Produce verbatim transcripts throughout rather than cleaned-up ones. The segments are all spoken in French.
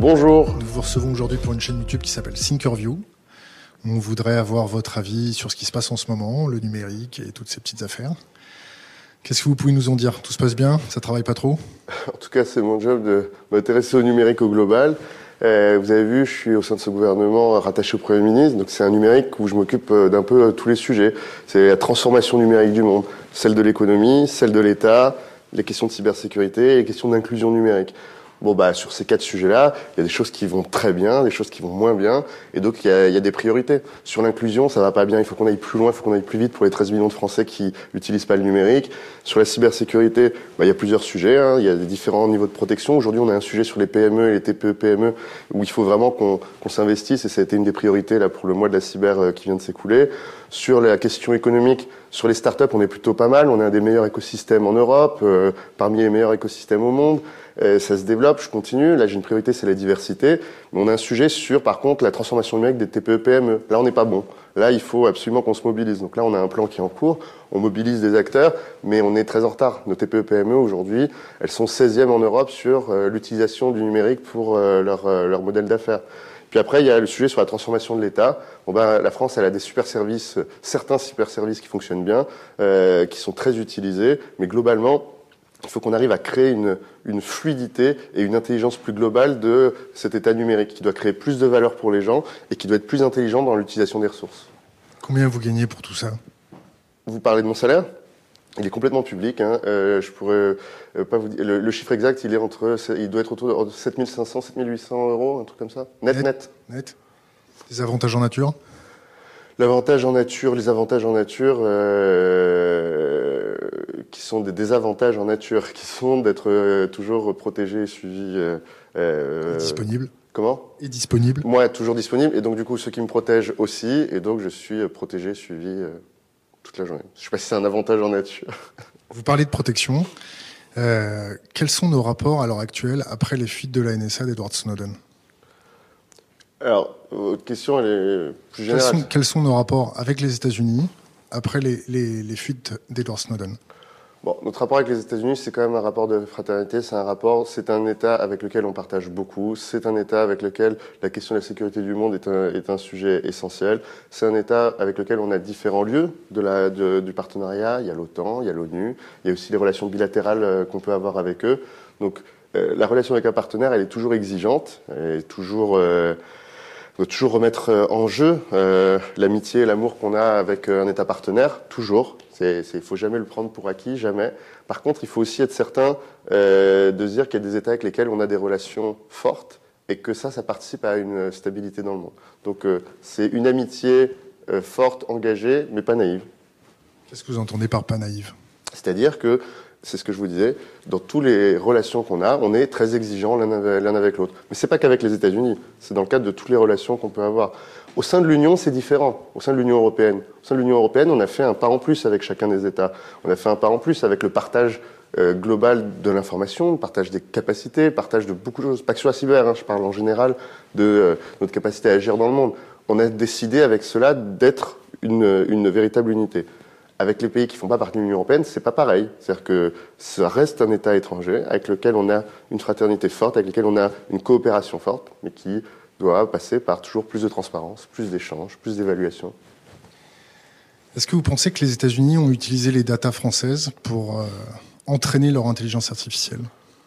Bonjour. Nous vous recevons aujourd'hui pour une chaîne YouTube qui s'appelle Thinkerview. On voudrait avoir votre avis sur ce qui se passe en ce moment, le numérique et toutes ces petites affaires. Qu'est-ce que vous pouvez nous en dire? Tout se passe bien? Ça travaille pas trop? En tout cas, c'est mon job de m'intéresser au numérique au global. Euh, vous avez vu, je suis au sein de ce gouvernement rattaché au Premier ministre, donc c'est un numérique où je m'occupe d'un peu tous les sujets. C'est la transformation numérique du monde, celle de l'économie, celle de l'État, les questions de cybersécurité et les questions d'inclusion numérique. Bon, bah, sur ces quatre sujets-là, il y a des choses qui vont très bien, des choses qui vont moins bien, et donc il y a, il y a des priorités. Sur l'inclusion, ça va pas bien, il faut qu'on aille plus loin, il faut qu'on aille plus vite pour les treize millions de Français qui n'utilisent pas le numérique. Sur la cybersécurité, bah, il y a plusieurs sujets, hein, il y a des différents niveaux de protection. Aujourd'hui, on a un sujet sur les P M E et les T P E P M E où il faut vraiment qu'on, qu'on s'investisse, et ça a été une des priorités là pour le mois de la cyber euh, qui vient de s'écouler. Sur la question économique, sur les startups, on est plutôt pas mal, on a un des meilleurs écosystèmes en Europe, euh, parmi les meilleurs écosystèmes au monde. Euh, ça se développe, je continue. Là, j'ai une priorité, c'est la diversité. Mais on a un sujet sur, par contre, la transformation numérique des T P E P M E. Là, on n'est pas bon. Là, il faut absolument qu'on se mobilise. Donc là, on a un plan qui est en cours. On mobilise des acteurs, mais on est très en retard. Nos T P E P M E, aujourd'hui, elles sont seizièmes en Europe sur euh, l'utilisation du numérique pour euh, leur, euh, leur modèle d'affaires. Puis après, il y a le sujet sur la transformation de l'État. Bon ben, la France, elle a des super services, certains super services qui fonctionnent bien, euh, qui sont très utilisés, mais globalement, il faut qu'on arrive à créer une, une fluidité et une intelligence plus globale de cet état numérique qui doit créer plus de valeur pour les gens et qui doit être plus intelligent dans l'utilisation des ressources. Combien vous gagnez pour tout ça? Vous parlez de mon salaire? Il est complètement public. Hein. Euh, je pourrais euh, pas vous dire. Le, le chiffre exact, il est entre, il doit être autour de sept mille cinq cents, sept mille huit cents euros, un truc comme ça. Net, net. Net. net. Des avantages en nature? L'avantage en nature, les avantages en nature, euh, qui sont des désavantages en nature, qui sont d'être euh, toujours protégé et suivi. Euh, et disponible. Comment? Et disponible. Moi, toujours disponible. Et donc, du coup, ceux qui me protègent aussi. Et donc, je suis protégé, suivi euh, toute la journée. Je ne sais pas si c'est un avantage en nature. Vous parlez de protection. Euh, quels sont nos rapports à l'heure actuelle après les fuites de la N S A d'Edward Snowden? Alors, votre question, elle est plus générale. Quels sont, quels sont nos rapports avec les États-Unis après les, les, les fuites d'Edward Snowden? Bon, notre rapport avec les États-Unis, c'est quand même un rapport de fraternité. C'est un rapport, c'est un État avec lequel on partage beaucoup. C'est un État avec lequel la question de la sécurité du monde est un, est un sujet essentiel. C'est un État avec lequel on a différents lieux de la, de, du partenariat. Il y a l'OTAN, il y a l'ONU. Il y a aussi les relations bilatérales qu'on peut avoir avec eux. Donc, euh, la relation avec un partenaire, elle est toujours exigeante. Elle est toujours... Euh, On doit toujours remettre en jeu euh, l'amitié et l'amour qu'on a avec un État partenaire, toujours. C'est, c'est, il ne faut jamais le prendre pour acquis, jamais. Par contre, il faut aussi être certain euh, de se dire qu'il y a des États avec lesquels on a des relations fortes et que ça, ça participe à une stabilité dans le monde. Donc, euh, c'est une amitié euh, forte, engagée, mais pas naïve. Qu'est-ce que vous entendez par pas naïve? C'est-à-dire que, c'est ce que je vous disais, dans toutes les relations qu'on a, on est très exigeants l'un avec, l'un avec l'autre. Mais c'est pas qu'avec les États-Unis, c'est dans le cadre de toutes les relations qu'on peut avoir. Au sein de l'Union, c'est différent. Au sein de l'Union européenne, au sein de l'Union européenne, on a fait un pas en plus avec chacun des États. On a fait un pas en plus avec le partage euh, global de l'information, le partage des capacités, le partage de beaucoup de choses. Pas que sur la cyber, hein, je parle en général de euh, notre capacité à agir dans le monde. On a décidé avec cela d'être une, une véritable unité. Avec les pays qui ne font pas partie de l'Union européenne, c'est pas pareil. C'est-à-dire que ça reste un État étranger avec lequel on a une fraternité forte, avec lequel on a une coopération forte, mais qui doit passer par toujours plus de transparence, plus d'échanges, plus d'évaluation. Est-ce que vous pensez que les États-Unis ont utilisé les datas françaises pour euh, entraîner leur intelligence artificielle?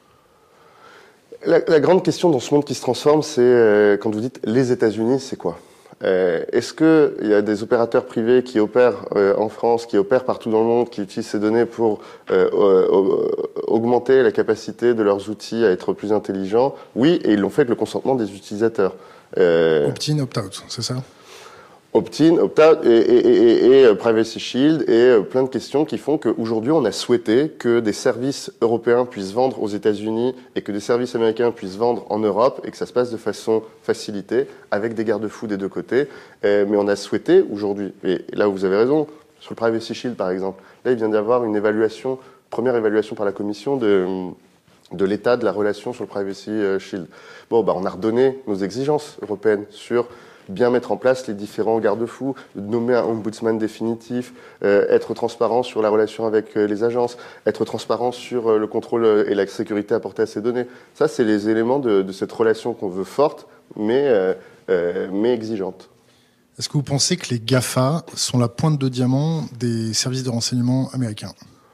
la, la grande question dans ce monde qui se transforme, c'est euh, quand vous dites les États-Unis, c'est quoi? Euh, est-ce qu'il y a des opérateurs privés qui opèrent euh, en France, qui opèrent partout dans le monde, qui utilisent ces données pour euh, euh, augmenter la capacité de leurs outils à être plus intelligents? Oui, et ils l'ont fait avec le consentement des utilisateurs. Euh, opt-in, opt-out, c'est ça? Opt-in, opt-out et, et, et, et, et Privacy Shield et euh, plein de questions qui font qu'aujourd'hui on a souhaité que des services européens puissent vendre aux États-Unis et que des services américains puissent vendre en Europe et que ça se passe de façon facilitée avec des garde-fous des deux côtés. Euh, mais on a souhaité aujourd'hui, et là où vous avez raison, sur le Privacy Shield par exemple, là il vient d'y avoir une évaluation, première évaluation par la Commission de, de l'état de la relation sur le Privacy Shield. Bon, bah on a redonné nos exigences européennes sur bien mettre en place les différents garde-fous, nommer un ombudsman définitif, euh, être transparent sur la relation avec euh, les agences, être transparent sur euh, le contrôle et la sécurité apportée à ces données. Ça, c'est les éléments de, de cette relation qu'on veut forte, mais, euh, euh, mais exigeante. Est-ce que vous pensez que les GAFA sont la pointe de diamant des services de renseignement américains ?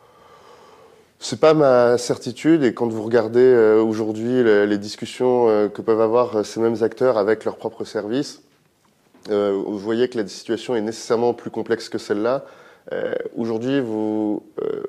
C'est pas ma certitude, et quand vous regardez euh, aujourd'hui les, les discussions euh, que peuvent avoir ces mêmes acteurs avec leurs propres services, euh, vous voyez que la situation est nécessairement plus complexe que celle-là. Euh, aujourd'hui, vous, euh,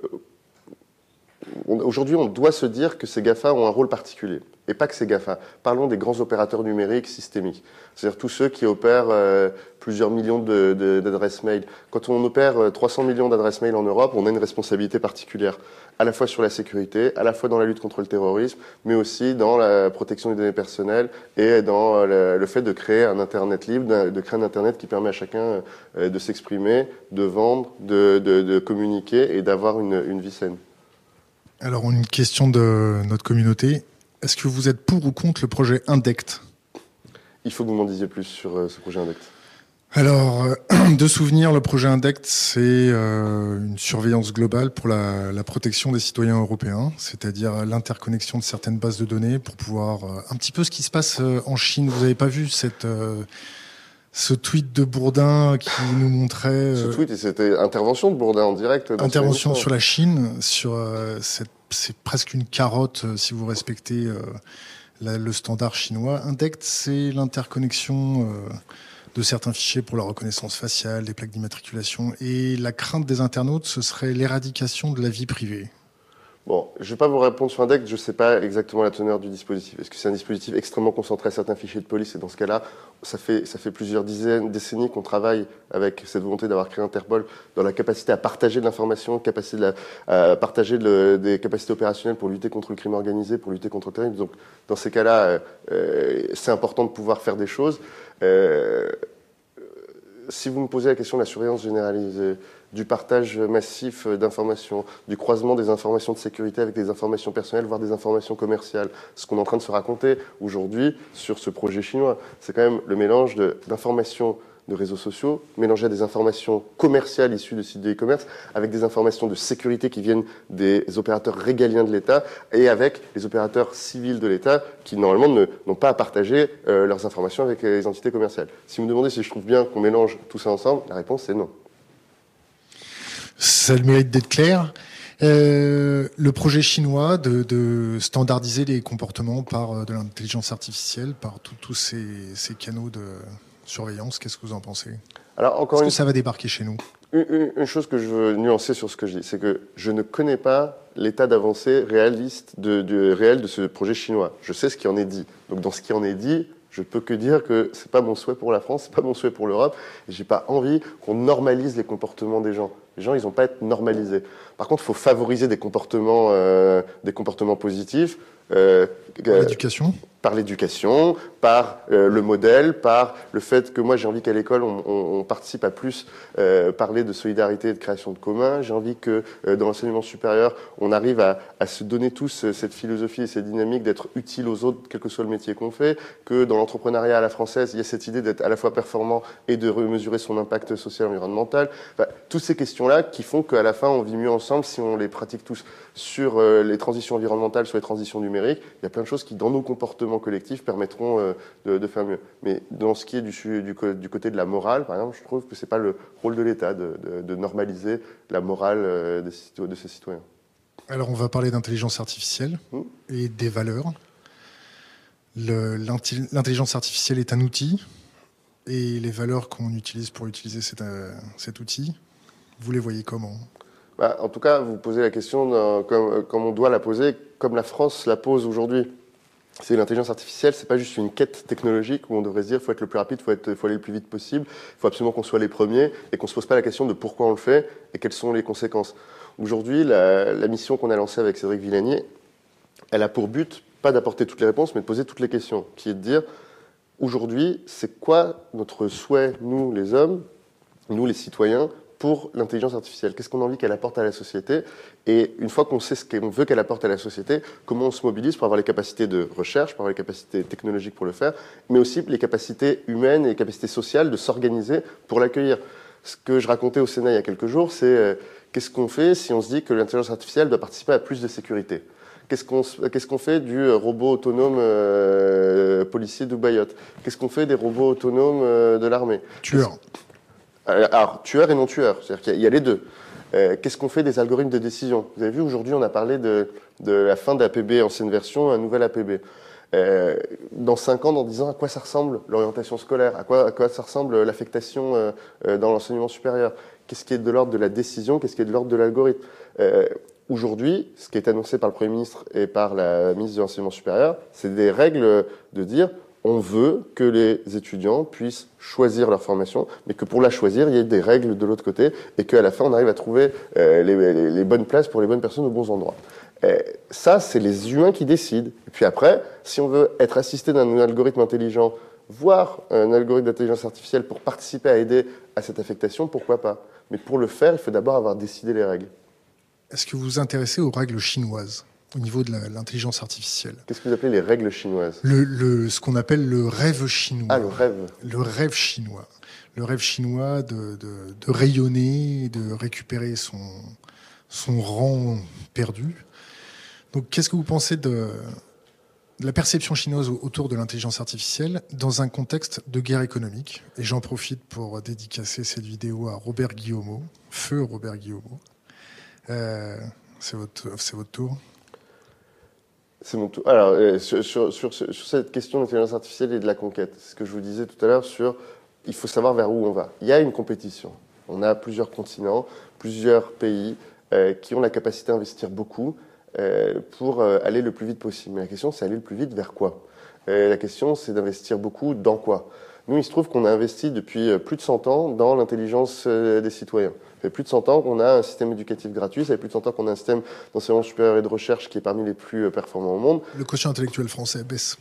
on, aujourd'hui, on doit se dire que ces GAFA ont un rôle particulier. Et pas que ces GAFA. Parlons des grands opérateurs numériques systémiques. C'est-à-dire tous ceux qui opèrent euh, plusieurs millions de, de, d'adresses mail. Quand on opère euh, trois cents millions d'adresses mail en Europe, on a une responsabilité particulière. À la fois sur la sécurité, à la fois dans la lutte contre le terrorisme, mais aussi dans la protection des données personnelles et dans euh, le fait de créer un Internet libre, de créer un Internet qui permet à chacun euh, de s'exprimer, de vendre, de, de, de communiquer et d'avoir une, une vie saine. Alors, une question de notre communauté. Est-ce que vous êtes pour ou contre le projet INDECT ? Il faut que vous m'en disiez plus sur euh, ce projet INDECT. Alors, euh, de souvenir, le projet INDECT, c'est euh, une surveillance globale pour la, la protection des citoyens européens, c'est-à-dire l'interconnexion de certaines bases de données pour pouvoir... Euh, un petit peu ce qui se passe euh, en Chine. Vous n'avez pas vu cette, euh, ce tweet de Bourdin qui nous montrait... Euh, ce tweet, et c'était intervention de Bourdin en direct. Dans intervention sur la Chine, sur euh, cette, c'est presque une carotte euh, si vous respectez euh, la, le standard chinois. INDECT, c'est l'interconnexion... Euh, de certains fichiers pour la reconnaissance faciale, des plaques d'immatriculation. Et la crainte des internautes, ce serait l'éradication de la vie privée. Bon, je ne vais pas vous répondre sur INDECT, je ne sais pas exactement la teneur du dispositif. Est-ce que c'est un dispositif extrêmement concentré à certains fichiers de police ? Et dans ce cas-là, ça fait, ça fait plusieurs dizaines, décennies qu'on travaille avec cette volonté d'avoir créé Interpol dans la capacité à partager de l'information, capacité de la, à partager de, des capacités opérationnelles pour lutter contre le crime organisé, pour lutter contre le terrorisme. Donc, dans ces cas-là, euh, c'est important de pouvoir faire des choses. Euh, si vous me posez la question de la surveillance généralisée, du partage massif d'informations, du croisement des informations de sécurité avec des informations personnelles, voire des informations commerciales, ce qu'on est en train de se raconter aujourd'hui sur ce projet chinois, c'est quand même le mélange de, d'informations de réseaux sociaux, mélangées à des informations commerciales issues de sites de e-commerce, avec des informations de sécurité qui viennent des opérateurs régaliens de l'État, et avec les opérateurs civils de l'État qui, normalement, ne, n'ont pas à partager euh, leurs informations avec les entités commerciales. Si vous me demandez si je trouve bien qu'on mélange tout ça ensemble, la réponse est non. Ça a le mérite d'être clair. Euh, le projet chinois de, de standardiser les comportements par euh, de l'intelligence artificielle, par tous ces, ces canaux de surveillance, qu'est-ce que vous en pensez ? Alors, encore Est-ce une... que ça va débarquer chez nous ? Une, une chose que je veux nuancer sur ce que je dis, c'est que je ne connais pas l'état d'avancée réaliste de, de, réel de ce projet chinois. Je sais ce qui en est dit. Donc, dans ce qui en est dit, je peux que dire que c'est pas mon souhait pour la France, c'est pas mon souhait pour l'Europe, et j'ai pas envie qu'on normalise les comportements des gens. Les gens, ils n'ont pas à être normalisés. Par contre, il faut favoriser des comportements, euh, des comportements positifs. Euh, par l'éducation Par l'éducation, par euh, le modèle, par le fait que moi j'ai envie qu'à l'école on, on, on participe à plus euh, parler de solidarité et de création de commun. J'ai envie que euh, dans l'enseignement supérieur on arrive à, à se donner tous euh, cette philosophie et cette dynamique d'être utile aux autres quel que soit le métier qu'on fait. Que dans l'entrepreneuriat à la française il y a cette idée d'être à la fois performant et de mesurer son impact social et environnemental. Enfin, toutes ces questions-là qui font qu'à la fin on vit mieux ensemble si on les pratique tous sur euh, les transitions environnementales, sur les transitions numériques. Il y a plein de choses qui dans nos comportements collectifs permettront euh, de, de faire mieux. Mais dans ce qui est du, du, du côté de la morale, par exemple, je trouve que c'est pas le rôle de l'État de, de, de normaliser la morale euh, des, de ses citoyens. Alors on va parler d'intelligence artificielle mmh. et des valeurs. Le, l'intelligence artificielle est un outil et les valeurs qu'on utilise pour utiliser cet, euh, cet outil, vous les voyez comment ? Bah, en tout cas, vous posez la question euh, comme, comme on doit la poser, comme la France la pose aujourd'hui. C'est l'intelligence artificielle, c'est pas juste une quête technologique où on devrait se dire faut être le plus rapide, faut être, faut aller le plus vite possible, il faut absolument qu'on soit les premiers et qu'on se pose pas la question de pourquoi on le fait et quelles sont les conséquences. Aujourd'hui, la, la mission qu'on a lancée avec Cédric Villani, elle a pour but pas d'apporter toutes les réponses, mais de poser toutes les questions, qui est de dire aujourd'hui, c'est quoi notre souhait, nous les hommes, nous les citoyens, pour l'intelligence artificielle? Qu'est-ce qu'on a envie qu'elle apporte à la société? Et une fois qu'on sait ce qu'on veut qu'elle apporte à la société, comment on se mobilise pour avoir les capacités de recherche, pour avoir les capacités technologiques pour le faire, mais aussi les capacités humaines et les capacités sociales de s'organiser pour l'accueillir. Ce que je racontais au Sénat il y a quelques jours, c'est euh, qu'est-ce qu'on fait si on se dit que l'intelligence artificielle doit participer à plus de sécurité? Qu'est-ce qu'on qu'est-ce qu'on fait du robot autonome euh, policier d'Ubayot? Qu'est-ce qu'on fait des robots autonomes euh, de l'armée? Tueur. Alors, tueur et non tueur, c'est-à-dire qu'il y a, il y a les deux. Euh, qu'est-ce qu'on fait des algorithmes de décision? Vous avez vu, aujourd'hui, on a parlé de, de la fin de l'A P B ancienne version, un nouvel A P B. Euh, dans cinq ans, dans dix ans, à quoi ça ressemble l'orientation scolaire? À quoi, à quoi ça ressemble l'affectation euh, euh, dans l'enseignement supérieur? Qu'est-ce qui est de l'ordre de la décision? Qu'est-ce qui est de l'ordre de l'algorithme? euh, Aujourd'hui, ce qui est annoncé par le Premier ministre et par la ministre de l'Enseignement supérieur, c'est des règles de dire on veut que les étudiants puissent choisir leur formation, mais que pour la choisir, il y ait des règles de l'autre côté et qu'à la fin, on arrive à trouver euh, les, les, les bonnes places pour les bonnes personnes aux bons endroits. Et ça, c'est les humains qui décident. Et puis après, si on veut être assisté d'un algorithme intelligent, voire un algorithme d'intelligence artificielle pour participer à aider à cette affectation, pourquoi pas? Mais pour le faire, il faut d'abord avoir décidé les règles. Est-ce que vous vous intéressez aux règles chinoises au niveau de la, l'intelligence artificielle? Qu'est-ce que vous appelez les règles chinoises? le, le, Ce qu'on appelle le rêve chinois. Ah, le rêve. Le rêve chinois. Le rêve chinois de, de, de rayonner, de récupérer son, son rang perdu. Donc, qu'est-ce que vous pensez de, de la perception chinoise autour de l'intelligence artificielle dans un contexte de guerre économique? Et j'en profite pour dédicacer cette vidéo à Robert Guillaumeau, feu Robert Guillaumeau. Euh, c'est votre, c'est votre tour. C'est mon tour. Alors, euh, sur, sur, sur, sur cette question de l'intelligence artificielle et de la conquête, ce que je vous disais tout à l'heure sur, il faut savoir vers où on va. Il y a une compétition. On a plusieurs continents, plusieurs pays euh, qui ont la capacité d'investir beaucoup euh, pour euh, aller le plus vite possible. Mais la question, c'est aller le plus vite vers quoi? euh, La question, c'est d'investir beaucoup dans quoi? Nous, il se trouve qu'on a investi depuis plus de cent ans dans l'intelligence des citoyens. Ça fait plus de cent ans qu'on a un système éducatif gratuit, ça fait plus de cent ans qu'on a un système d'enseignement supérieur et de recherche qui est parmi les plus performants au monde. Le quotient intellectuel français baisse.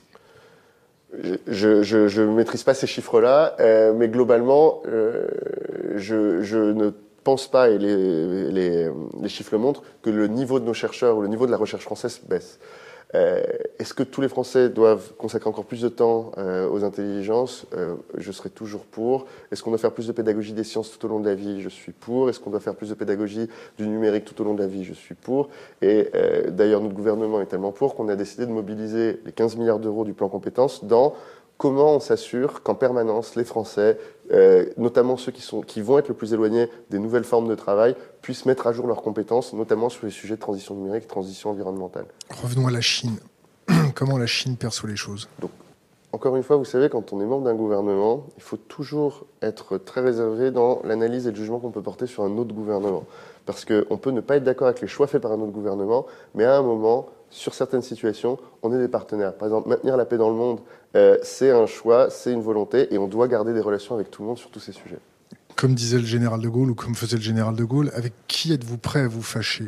Je ne maîtrise pas ces chiffres-là, euh, mais globalement, euh, je, je ne pense pas, et les, les, les chiffres le montrent, que le niveau de nos chercheurs ou le niveau de la recherche française baisse. Euh, Est-ce que tous les Français doivent consacrer encore plus de temps euh, aux intelligences? euh, Je serai toujours pour. Est-ce qu'on doit faire plus de pédagogie des sciences tout au long de la vie? Je suis pour. Est-ce qu'on doit faire plus de pédagogie du numérique tout au long de la vie? Je suis pour. Et euh, d'ailleurs, notre gouvernement est tellement pour qu'on a décidé de mobiliser les quinze milliards d'euros du plan compétences dans comment on s'assure qu'en permanence, les Français, euh, notamment ceux qui, sont, qui vont être le plus éloignés des nouvelles formes de travail, puissent mettre à jour leurs compétences, notamment sur les sujets de transition numérique et transition environnementale. Revenons à la Chine. Comment la Chine perçoit les choses? Donc, encore une fois, vous savez, quand on est membre d'un gouvernement, il faut toujours être très réservé dans l'analyse et le jugement qu'on peut porter sur un autre gouvernement. Parce qu'on peut ne pas être d'accord avec les choix faits par un autre gouvernement, mais à un moment, sur certaines situations, on est des partenaires. Par exemple, maintenir la paix dans le monde, euh, c'est un choix, c'est une volonté, et on doit garder des relations avec tout le monde sur tous ces sujets. Comme disait le général de Gaulle, ou comme faisait le général de Gaulle, avec qui êtes-vous prêt à vous fâcher?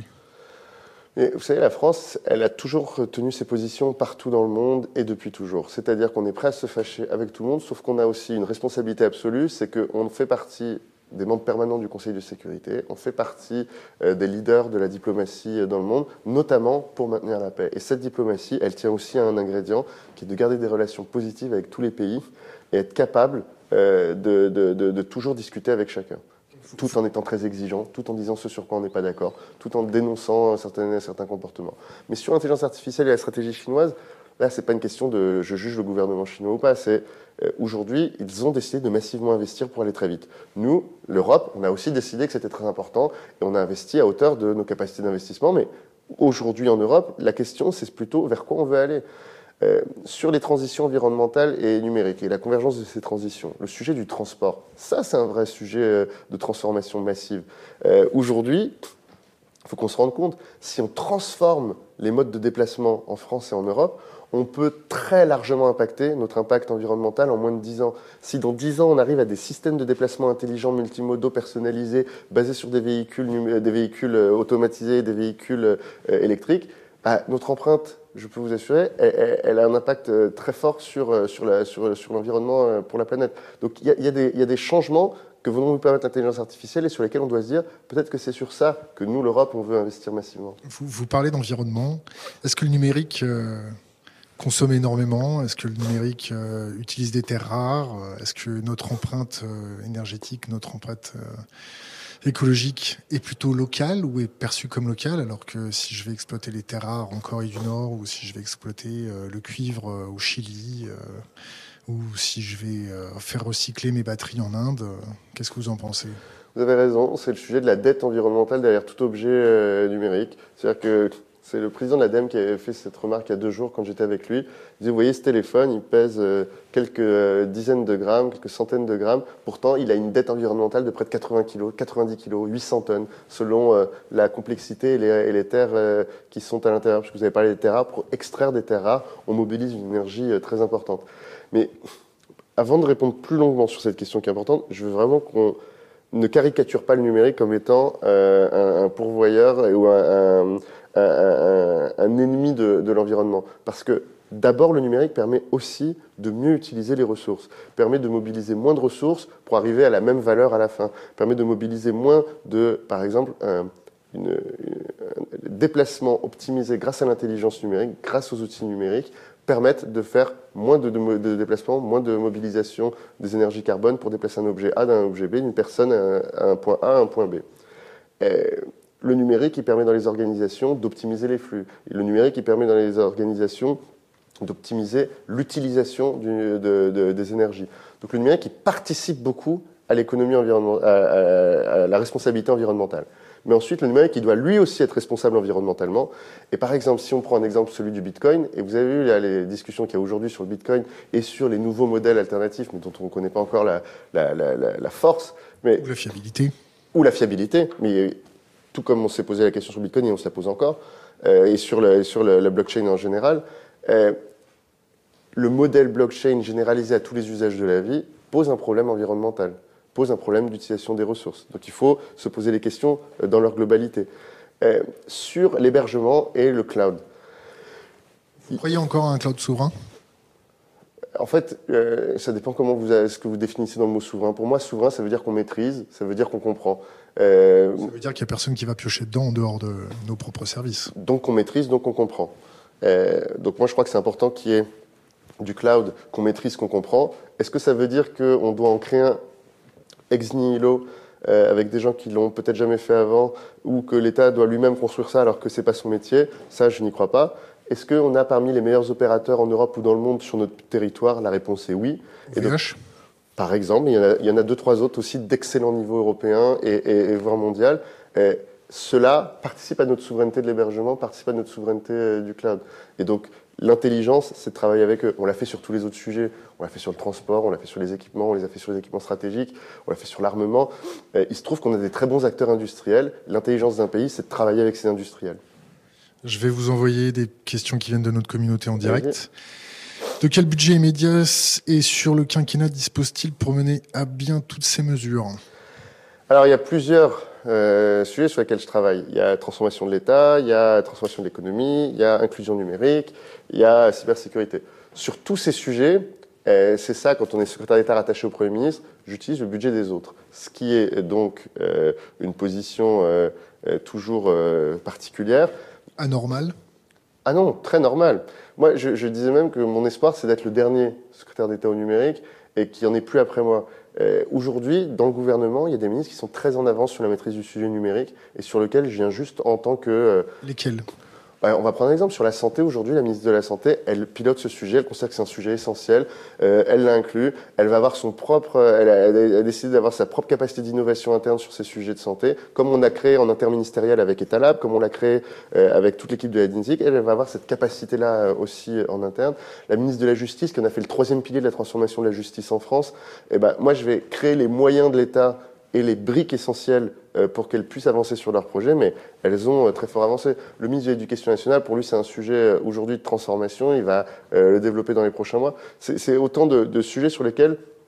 Et vous savez, la France, elle a toujours tenu ses positions partout dans le monde et depuis toujours. C'est-à-dire qu'on est prêt à se fâcher avec tout le monde, sauf qu'on a aussi une responsabilité absolue, c'est qu'on fait partie des membres permanents du Conseil de sécurité, on fait partie euh, des leaders de la diplomatie dans le monde, notamment pour maintenir la paix. Et cette diplomatie, elle tient aussi à un ingrédient qui est de garder des relations positives avec tous les pays et être capable euh, de, de, de, de toujours discuter avec chacun. Tout en étant très exigeant, tout en disant ce sur quoi on n'est pas d'accord, tout en dénonçant certains, certains comportements. Mais sur l'intelligence artificielle et la stratégie chinoise, là, c'est pas une question de je juge le gouvernement chinois ou pas, c'est euh, aujourd'hui, ils ont décidé de massivement investir pour aller très vite. Nous, l'Europe, on a aussi décidé que c'était très important et on a investi à hauteur de nos capacités d'investissement, mais aujourd'hui en Europe, la question, c'est plutôt vers quoi on veut aller. Euh, sur les transitions environnementales et numériques et la convergence de ces transitions, le sujet du transport, ça c'est un vrai sujet euh, de transformation massive. Euh, aujourd'hui, il faut qu'on se rende compte, si on transforme les modes de déplacement en France et en Europe, on peut très largement impacter notre impact environnemental en moins de dix ans. Si dans dix ans, on arrive à des systèmes de déplacement intelligents, multimodaux, personnalisés, basés sur des véhicules, des véhicules automatisés, des véhicules électriques, Ah, notre empreinte, je peux vous assurer, elle, elle, elle a un impact euh, très fort sur, euh, sur, la, sur, sur l'environnement euh, pour la planète. Donc il y a, y, a des, y a des changements que vont nous permettre l'intelligence artificielle et sur lesquels on doit se dire peut-être que c'est sur ça que nous, l'Europe, on veut investir massivement. Vous, vous parlez d'environnement. Est-ce que le numérique euh, consomme énormément? Est-ce que le numérique euh, utilise des terres rares? Est-ce que notre empreinte euh, énergétique, notre empreinte euh, écologique est plutôt locale ou est perçue comme locale, alors que si je vais exploiter les terres rares en Corée du Nord ou si je vais exploiter euh, le cuivre euh, au Chili euh, ou si je vais euh, faire recycler mes batteries en Inde, euh, qu'est-ce que vous en pensez? Vous avez raison, c'est le sujet de la dette environnementale derrière tout objet euh, numérique. C'est-à-dire que c'est le président de l'ADEME qui avait fait cette remarque il y a deux jours quand j'étais avec lui. Il disait, vous voyez, ce téléphone, il pèse euh, quelques euh, dizaines de grammes, quelques centaines de grammes. Pourtant, il a une dette environnementale de près de quatre-vingts kilos, quatre-vingt-dix kilos, huit cents tonnes, selon euh, la complexité et les, et les terres euh, qui sont à l'intérieur. Parce que vous avez parlé des terres rares. Pour extraire des terres rares, on mobilise une énergie euh, très importante. Mais avant de répondre plus longuement sur cette question qui est importante, je veux vraiment qu'on ne caricature pas le numérique comme étant euh, un, un pourvoyeur ou un, un, un, un, un ennemi de, de l'environnement. Parce que d'abord, le numérique permet aussi de mieux utiliser les ressources, permet de mobiliser moins de ressources pour arriver à la même valeur à la fin, permet de mobiliser moins de, par exemple, un, une, une, un déplacement optimisé grâce à l'intelligence numérique, grâce aux outils numériques, permettent de faire moins de, de, de déplacements, moins de mobilisation des énergies carbone pour déplacer un objet A d'un objet B, d'une personne à un point A à un point B. Et le numérique, il permet dans les organisations d'optimiser les flux. Et le numérique, il permet dans les organisations d'optimiser l'utilisation de, de, des énergies. Donc le numérique, il participe beaucoup à l'économie environnementale, à, à, à la responsabilité environnementale. Mais ensuite, le numérique, il doit lui aussi être responsable environnementalement. Et par exemple, si on prend un exemple, celui du Bitcoin, et vous avez vu là, les discussions qu'il y a aujourd'hui sur le Bitcoin et sur les nouveaux modèles alternatifs, mais dont on ne connaît pas encore la, la, la, la force. Mais, ou la fiabilité. Ou la fiabilité. Mais tout comme on s'est posé la question sur le Bitcoin, et on se la pose encore, euh, et sur, le, sur le, la blockchain en général, euh, le modèle blockchain généralisé à tous les usages de la vie pose un problème environnemental, pose un problème d'utilisation des ressources. Donc il faut se poser les questions dans leur globalité. Euh, sur l'hébergement et le cloud. Vous croyez encore à un cloud souverain ? En fait, euh, ça dépend comment vous avez, ce que vous définissez dans le mot souverain. Pour moi, souverain, ça veut dire qu'on maîtrise, ça veut dire qu'on comprend. Euh, ça veut dire qu'il n'y a personne qui va piocher dedans en dehors de nos propres services. Donc on maîtrise, donc on comprend. Euh, donc moi, je crois que c'est important qu'il y ait du cloud, qu'on maîtrise, qu'on comprend. Est-ce que ça veut dire qu'on doit en créer un ex nihilo euh, avec des gens qui l'ont peut-être jamais fait avant, ou que l'État doit lui-même construire ça alors que c'est pas son métier? Ça, je n'y crois pas. Est-ce qu'on a parmi les meilleurs opérateurs en Europe ou dans le monde sur notre territoire? La réponse est oui. Et donc, par exemple, il y en a, il y en a deux, trois autres aussi d'excellents niveaux européens et, et, et voire mondial. Et cela participe à notre souveraineté de l'hébergement, participe à notre souveraineté euh, du cloud. Et donc, l'intelligence, c'est de travailler avec eux. On l'a fait sur tous les autres sujets. On l'a fait sur le transport, on l'a fait sur les équipements, on les a fait sur les équipements stratégiques, on l'a fait sur l'armement. Et il se trouve qu'on a des très bons acteurs industriels. L'intelligence d'un pays, c'est de travailler avec ses industriels. Je vais vous envoyer des questions qui viennent de notre communauté en direct. De quel budget immédiat et sur le quinquennat dispose-t-il pour mener à bien toutes ces mesures? Alors, il y a plusieurs euh, sujets sur lesquels je travaille. Il y a la transformation de l'État, il y a la transformation de l'économie, il y a inclusion numérique, il y a cybersécurité. Sur tous ces sujets, euh, c'est ça, quand on est secrétaire d'État rattaché au Premier ministre, j'utilise le budget des autres. Ce qui est donc euh, une position euh, euh, toujours euh, particulière. Anormal? Ah non, très normal. Moi, je, je disais même que mon espoir, c'est d'être le dernier secrétaire d'État au numérique et qu'il n'y en ait plus après moi. Euh, aujourd'hui, dans le gouvernement, il y a des ministres qui sont très en avance sur la maîtrise du sujet numérique et sur lequel je viens juste en tant que... Euh, Lesquels ? Ouais, on va prendre un exemple sur la santé. Aujourd'hui, la ministre de la Santé, elle pilote ce sujet, elle considère que c'est un sujet essentiel, euh, elle l'inclut, elle va avoir son propre, elle a, elle a décidé d'avoir sa propre capacité d'innovation interne sur ces sujets de santé, comme on a créé en interministériel avec Etalab, comme on l'a créé euh, avec toute l'équipe de la D I N S I C, elle, elle va avoir cette capacité-là euh, aussi euh, en interne. La ministre de la Justice, qui en a fait le troisième pilier de la transformation de la justice en France, eh ben, moi, je vais créer les moyens de l'État et les briques essentielles pour qu'elles puissent avancer sur leurs projets, mais elles ont très fort avancé. Le ministre de l'Éducation nationale, pour lui, c'est un sujet aujourd'hui de transformation, il va euh, le développer dans les prochains mois. C'est, c'est autant de, de sujets sur lesquels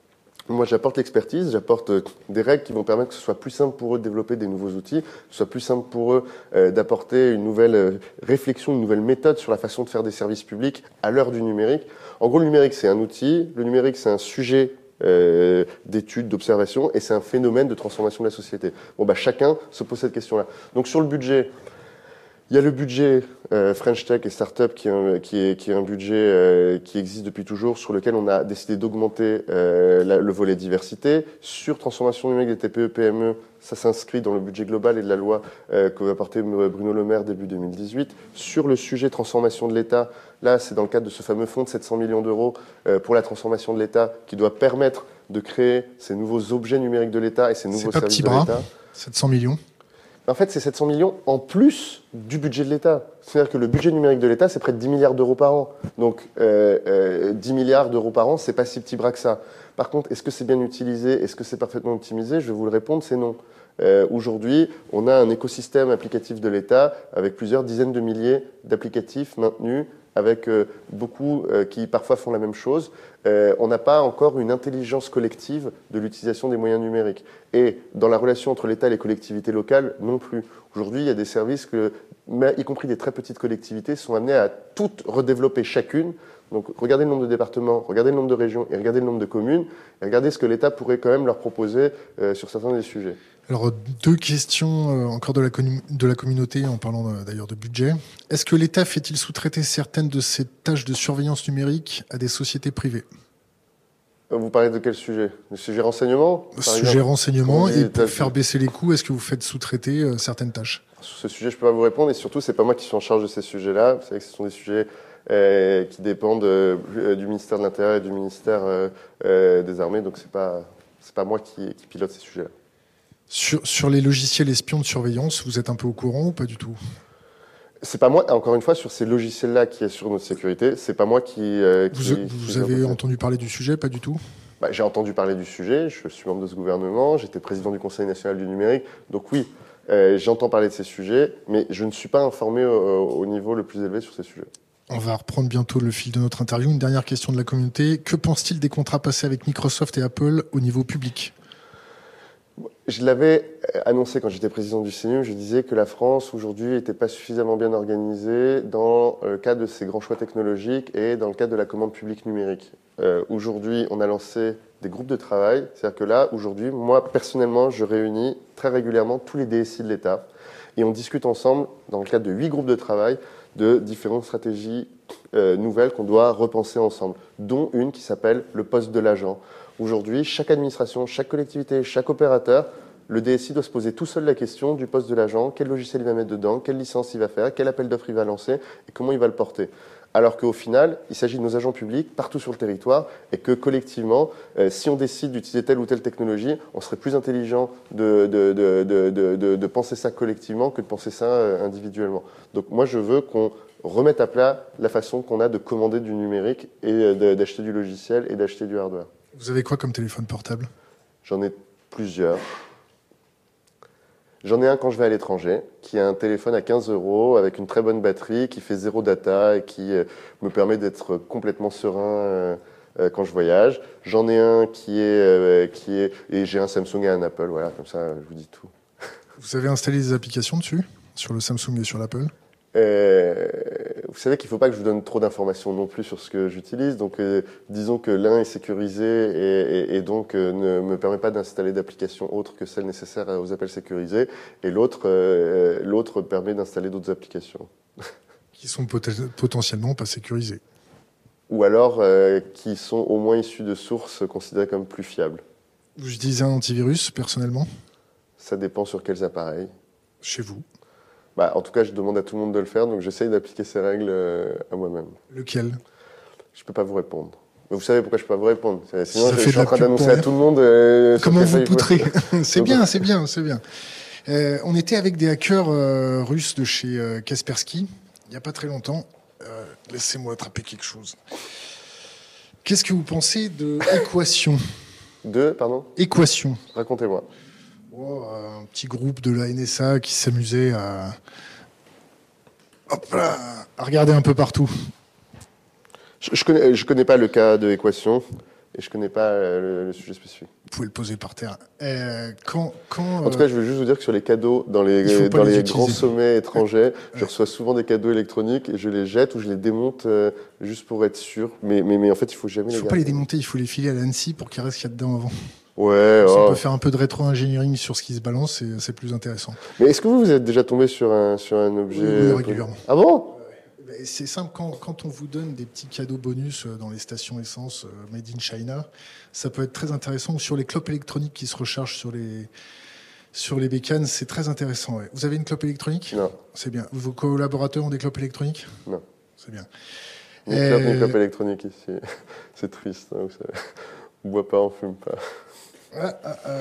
Moi, j'apporte l'expertise, j'apporte des règles qui vont permettre que ce soit plus simple pour eux de développer des nouveaux outils, que ce soit plus simple pour eux euh, d'apporter une nouvelle euh, réflexion, une nouvelle méthode sur la façon de faire des services publics à l'heure du numérique. En gros, le numérique, c'est un outil, le numérique, c'est un sujet euh, d'étude, d'observation, et c'est un phénomène de transformation de la société. Bon, bah, chacun se pose cette question-là. Donc, sur le budget, il y a le budget euh, French Tech et Startup qui est un, qui est, qui est un budget euh, qui existe depuis toujours, sur lequel on a décidé d'augmenter euh, la, le volet diversité. Sur transformation numérique des T P E P M E, ça s'inscrit dans le budget global et de la loi euh, que va porter Bruno Le Maire début deux mille dix-huit. Sur le sujet transformation de l'État, là c'est dans le cadre de ce fameux fonds de sept cents millions d'euros euh, pour la transformation de l'État qui doit permettre de créer ces nouveaux objets numériques de l'État et ces nouveaux services de l'État. sept cents millions. En fait, c'est sept cents millions en plus du budget de l'État. C'est-à-dire que le budget numérique de l'État, c'est près de dix milliards d'euros par an. Donc, euh, euh, dix milliards d'euros par an, c'est pas si petit bras que ça. Par contre, est-ce que c'est bien utilisé? Est-ce que c'est parfaitement optimisé? Je vais vous le répondre, c'est non. Euh, aujourd'hui, on a un écosystème applicatif de l'État avec plusieurs dizaines de milliers d'applicatifs maintenus, avec euh, beaucoup euh, qui parfois font la même chose. Euh, on n'a pas encore une intelligence collective de l'utilisation des moyens numériques. Et dans la relation entre l'État et les collectivités locales, non plus. Aujourd'hui, il y a des services que, y compris des très petites collectivités, sont amenés à toutes redévelopper chacune. Donc regardez le nombre de départements, regardez le nombre de régions et regardez le nombre de communes, et regardez ce que l'État pourrait quand même leur proposer euh, sur certains des sujets. Alors, deux questions euh, encore de la, de la communauté, en parlant euh, d'ailleurs de budget. Est-ce que l'État fait-il sous-traiter certaines de ses tâches de surveillance numérique à des sociétés privées? Vous parlez de quel sujet? Le sujet renseignement? Sujet exemple, renseignement, et pour faire baisser les coûts, est-ce que vous faites sous-traiter euh, certaines tâches? Sur ce sujet, je peux pas vous répondre, et surtout, c'est pas moi qui suis en charge de ces sujets-là. Vous savez que ce sont des sujets euh, qui dépendent euh, du ministère de l'Intérieur et du ministère euh, euh, des Armées, donc c'est pas, c'est pas moi qui, qui pilote ces sujets-là. Sur, sur les logiciels espions de surveillance, vous êtes un peu au courant ou pas du tout? C'est pas moi, encore une fois, sur ces logiciels-là qui assurent notre sécurité, c'est pas moi qui... Euh, qui vous vous qui avez entendu parler du sujet, pas du tout? bah, J'ai entendu parler du sujet, je suis membre de ce gouvernement, j'étais président du Conseil national du numérique, donc oui, euh, j'entends parler de ces sujets, mais je ne suis pas informé au, au niveau le plus élevé sur ces sujets. On va reprendre bientôt le fil de notre interview. Une dernière question de la communauté. Que pense-t-il des contrats passés avec Microsoft et Apple au niveau public? Je l'avais annoncé quand j'étais président du C N U, je disais que la France aujourd'hui n'était pas suffisamment bien organisée dans le cadre de ces grands choix technologiques et dans le cadre de la commande publique numérique. Euh, aujourd'hui, on a lancé des groupes de travail, c'est-à-dire que là, aujourd'hui, moi personnellement, je réunis très régulièrement tous les D S I de l'État et on discute ensemble, dans le cadre de huit groupes de travail, de différentes stratégies euh, nouvelles qu'on doit repenser ensemble, dont une qui s'appelle le poste de l'agent. Aujourd'hui, chaque administration, chaque collectivité, chaque opérateur, le D S I doit se poser tout seul la question du poste de l'agent, quel logiciel il va mettre dedans, quelle licence il va faire, quel appel d'offres il va lancer et comment il va le porter. Alors qu'au final, il s'agit de nos agents publics partout sur le territoire et que collectivement, euh, si on décide d'utiliser telle ou telle technologie, on serait plus intelligent de, de, de, de, de, de, de penser ça collectivement que de penser ça euh, individuellement. Donc moi, je veux qu'on remette à plat la façon qu'on a de commander du numérique et euh, d'acheter du logiciel et d'acheter du hardware. Vous avez quoi comme téléphone portable? J'en ai plusieurs. J'en ai un quand je vais à l'étranger, qui a un téléphone à quinze euros, avec une très bonne batterie, qui fait zéro data et qui euh, me permet d'être complètement serein euh, euh, quand je voyage. J'en ai un qui est, euh, qui est, et j'ai un Samsung et un Apple, voilà, comme ça je vous dis tout. Vous avez installé des applications dessus, sur le Samsung et sur l'Apple? Euh, vous savez qu'il ne faut pas que je vous donne trop d'informations non plus sur ce que j'utilise. Donc, euh, disons que l'un est sécurisé et, et, et donc euh, ne me permet pas d'installer d'applications autres que celles nécessaires aux appels sécurisés. Et l'autre, euh, l'autre permet d'installer d'autres applications. Qui sont pot- potentiellement pas sécurisées. Ou alors euh, qui sont au moins issus de sources considérées comme plus fiables. Vous utilisez un antivirus personnellement? Ça dépend sur quels appareils. Chez vous? Bah, en tout cas, je demande à tout le monde de le faire, donc j'essaye d'appliquer ces règles euh, à moi-même. Lequel? Je peux pas vous répondre. Mais vous savez pourquoi je peux pas vous répondre? Sinon, je, je suis en train d'annoncer à tout le monde. Euh, Comment vous poutrez? C'est bien, c'est bien, c'est bien. Euh, on était avec des hackers euh, russes de chez euh, Kaspersky, il n'y a pas très longtemps. Euh, laissez-moi attraper quelque chose. Qu'est-ce que vous pensez de Équation? De, pardon? Équation. Racontez-moi. Oh, un petit groupe de la N S A qui s'amusait à... Hop là, à regarder un peu partout. Je, je connais, je connais pas le cas de Équation. et je connais pas le, le sujet spécifique. Vous pouvez le poser par terre. Euh, quand, quand, en tout cas, je veux juste vous dire que sur les cadeaux, dans les, dans les, les grands sommets étrangers, ouais. je ouais. reçois souvent des cadeaux électroniques et je les jette ou je les démonte euh, juste pour être sûr. Mais, mais, mais en fait, il faut jamais il les faut garder. pas les démonter, il faut les filer à l'ANSSI pour qu'il reste ce qu'il y a dedans avant. Ouais. Oh. On peut faire un peu de rétro-engineering sur ce qui se balance, et c'est plus intéressant. Mais est-ce que vous, vous êtes déjà tombé sur un, sur un objet oui, oui, régulièrement. Ah bon? C'est simple, quand, quand on vous donne des petits cadeaux bonus dans les stations essence made in China, ça peut être très intéressant. Ou sur les clopes électroniques qui se rechargent sur les, sur les bécanes, c'est très intéressant. Ouais. Vous avez une clope électronique? Non. C'est bien. Vos collaborateurs ont des clopes électroniques? Non. C'est bien. Ni clope, ni clope électronique ici. C'est triste. Hein, vous savez. On boit pas, on fume pas. Ah, ah, ah.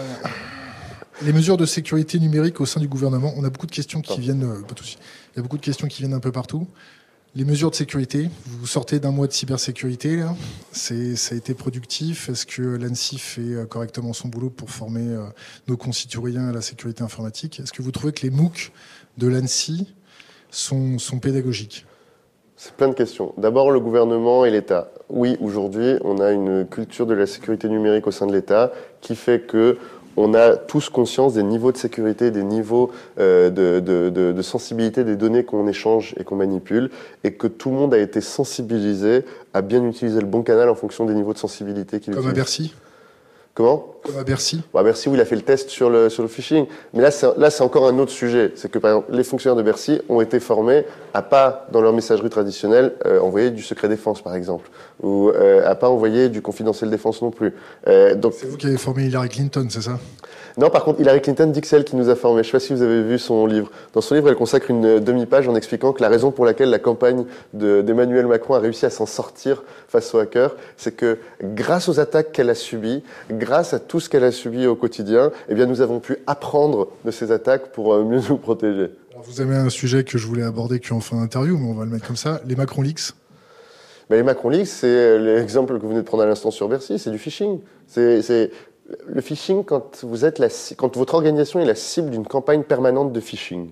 Les mesures de sécurité numérique au sein du gouvernement, on a beaucoup de questions qui ah. viennent, euh, pas de souci. Il y a beaucoup de questions qui viennent un peu partout. Les mesures de sécurité, vous sortez d'un mois de cybersécurité, là. C'est, ça a été productif. Est-ce que l'ANSSI fait correctement son boulot pour former euh, nos concitoyens à la sécurité informatique? Est-ce que vous trouvez que les MOOC de l'ANSSI sont, sont pédagogiques? C'est plein de questions. D'abord, le gouvernement et l'État. Oui, aujourd'hui, on a une culture de la sécurité numérique au sein de l'État qui fait que on a tous conscience des niveaux de sécurité, des niveaux euh, de, de, de, de sensibilité des données qu'on échange et qu'on manipule, et que tout le monde a été sensibilisé à bien utiliser le bon canal en fonction des niveaux de sensibilité qu'il utilise. Comme à Bercy? Comment? Comme à Bercy? Bon, à Bercy, où il a fait le test sur le, sur le phishing. Mais là, c'est, là, c'est encore un autre sujet. C'est que, par exemple, les fonctionnaires de Bercy ont été formés à pas, dans leur messagerie traditionnelle, euh, envoyer du secret défense, par exemple. Ou euh, à pas envoyer du confidentiel défense non plus. Euh, donc, c'est vous qui avez formé Hillary Clinton, c'est ça? Non, par contre, Hillary Clinton dit que c'est elle qui nous a formés. Je ne sais pas si vous avez vu son livre. Dans son livre, elle consacre une demi-page en expliquant que la raison pour laquelle la campagne de, d'Emmanuel Macron a réussi à s'en sortir face aux hackers, c'est que grâce aux attaques qu'elle a subies, grâce à tout ce qu'elle a subi au quotidien, eh bien, nous avons pu apprendre de ces attaques pour mieux nous protéger. Alors, vous avez un sujet que je voulais aborder qu'en fin d'interview, mais on va le mettre comme ça. Les Macron Leaks. Ben, les Macron Leaks, c'est l'exemple que vous venez de prendre à l'instant sur Bercy, c'est du phishing. C'est, c'est... Le phishing, quand, vous êtes la, quand votre organisation est la cible d'une campagne permanente de phishing,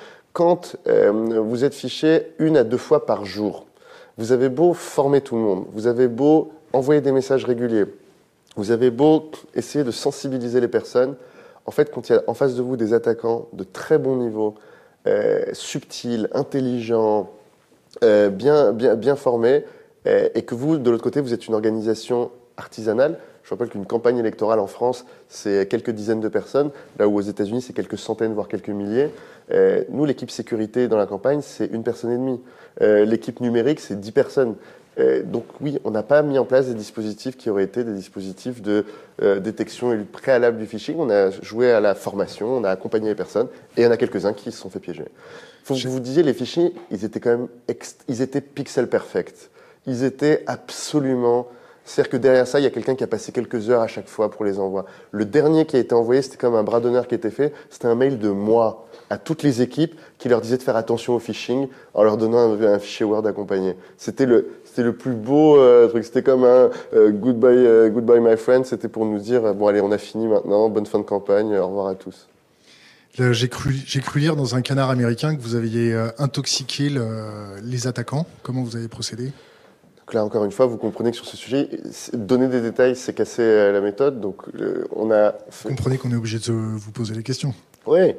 quand euh, vous êtes fiché une à deux fois par jour, vous avez beau former tout le monde, vous avez beau envoyer des messages réguliers, vous avez beau essayer de sensibiliser les personnes, en fait, quand il y a en face de vous des attaquants de très bon niveau, euh, subtils, intelligents, euh, bien, bien, bien formés, euh, et que vous, de l'autre côté, vous êtes une organisation artisanale. Je rappelle qu'une campagne électorale en France, c'est quelques dizaines de personnes, là où aux États-Unis, c'est quelques centaines, voire quelques milliers. Euh, nous, l'équipe sécurité dans la campagne, c'est une personne et demie. Euh, l'équipe numérique, c'est dix personnes. Euh, donc oui, on n'a pas mis en place des dispositifs qui auraient été des dispositifs de euh, détection préalable du phishing. On a joué à la formation, on a accompagné les personnes, et il y en a quelques-uns qui se sont fait piéger. Faut que je vous disiez, les phishing, ils étaient quand même, ex- ils étaient pixel perfect. Ils étaient absolument... C'est-à-dire que derrière ça, il y a quelqu'un qui a passé quelques heures à chaque fois pour les envois. Le dernier qui a été envoyé, c'était comme un bras d'honneur qui était fait. C'était un mail de moi à toutes les équipes qui leur disait de faire attention au phishing en leur donnant un, un fichier Word accompagné. C'était le, c'était le plus beau euh, truc. C'était comme un euh, goodbye, euh, goodbye my friend. C'était pour nous dire bon allez, on a fini maintenant. Bonne fin de campagne. Au revoir à tous. Là, j'ai cru, j'ai cru lire dans un canard américain que vous aviez euh, intoxiqué le, les attaquants. Comment vous avez procédé? Donc là, encore une fois, vous comprenez que sur ce sujet, donner des détails, c'est casser la méthode. Donc, euh, on a. Vous comprenez qu'on est obligé de vous poser les questions. Oui.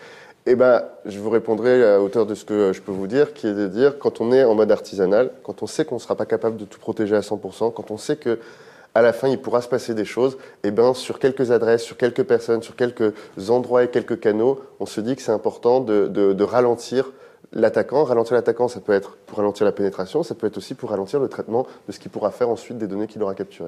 Eh ben, je vous répondrai à hauteur de ce que je peux vous dire, qui est de dire, quand on est en mode artisanal, quand on sait qu'on ne sera pas capable de tout protéger à cent pour cent, quand on sait que à la fin, il pourra se passer des choses, eh ben, sur quelques adresses, sur quelques personnes, sur quelques endroits et quelques canaux, on se dit que c'est important de, de, de ralentir l'attaquant. Ralentir l'attaquant, ça peut être pour ralentir la pénétration, ça peut être aussi pour ralentir le traitement de ce qu'il pourra faire ensuite des données qu'il aura capturées.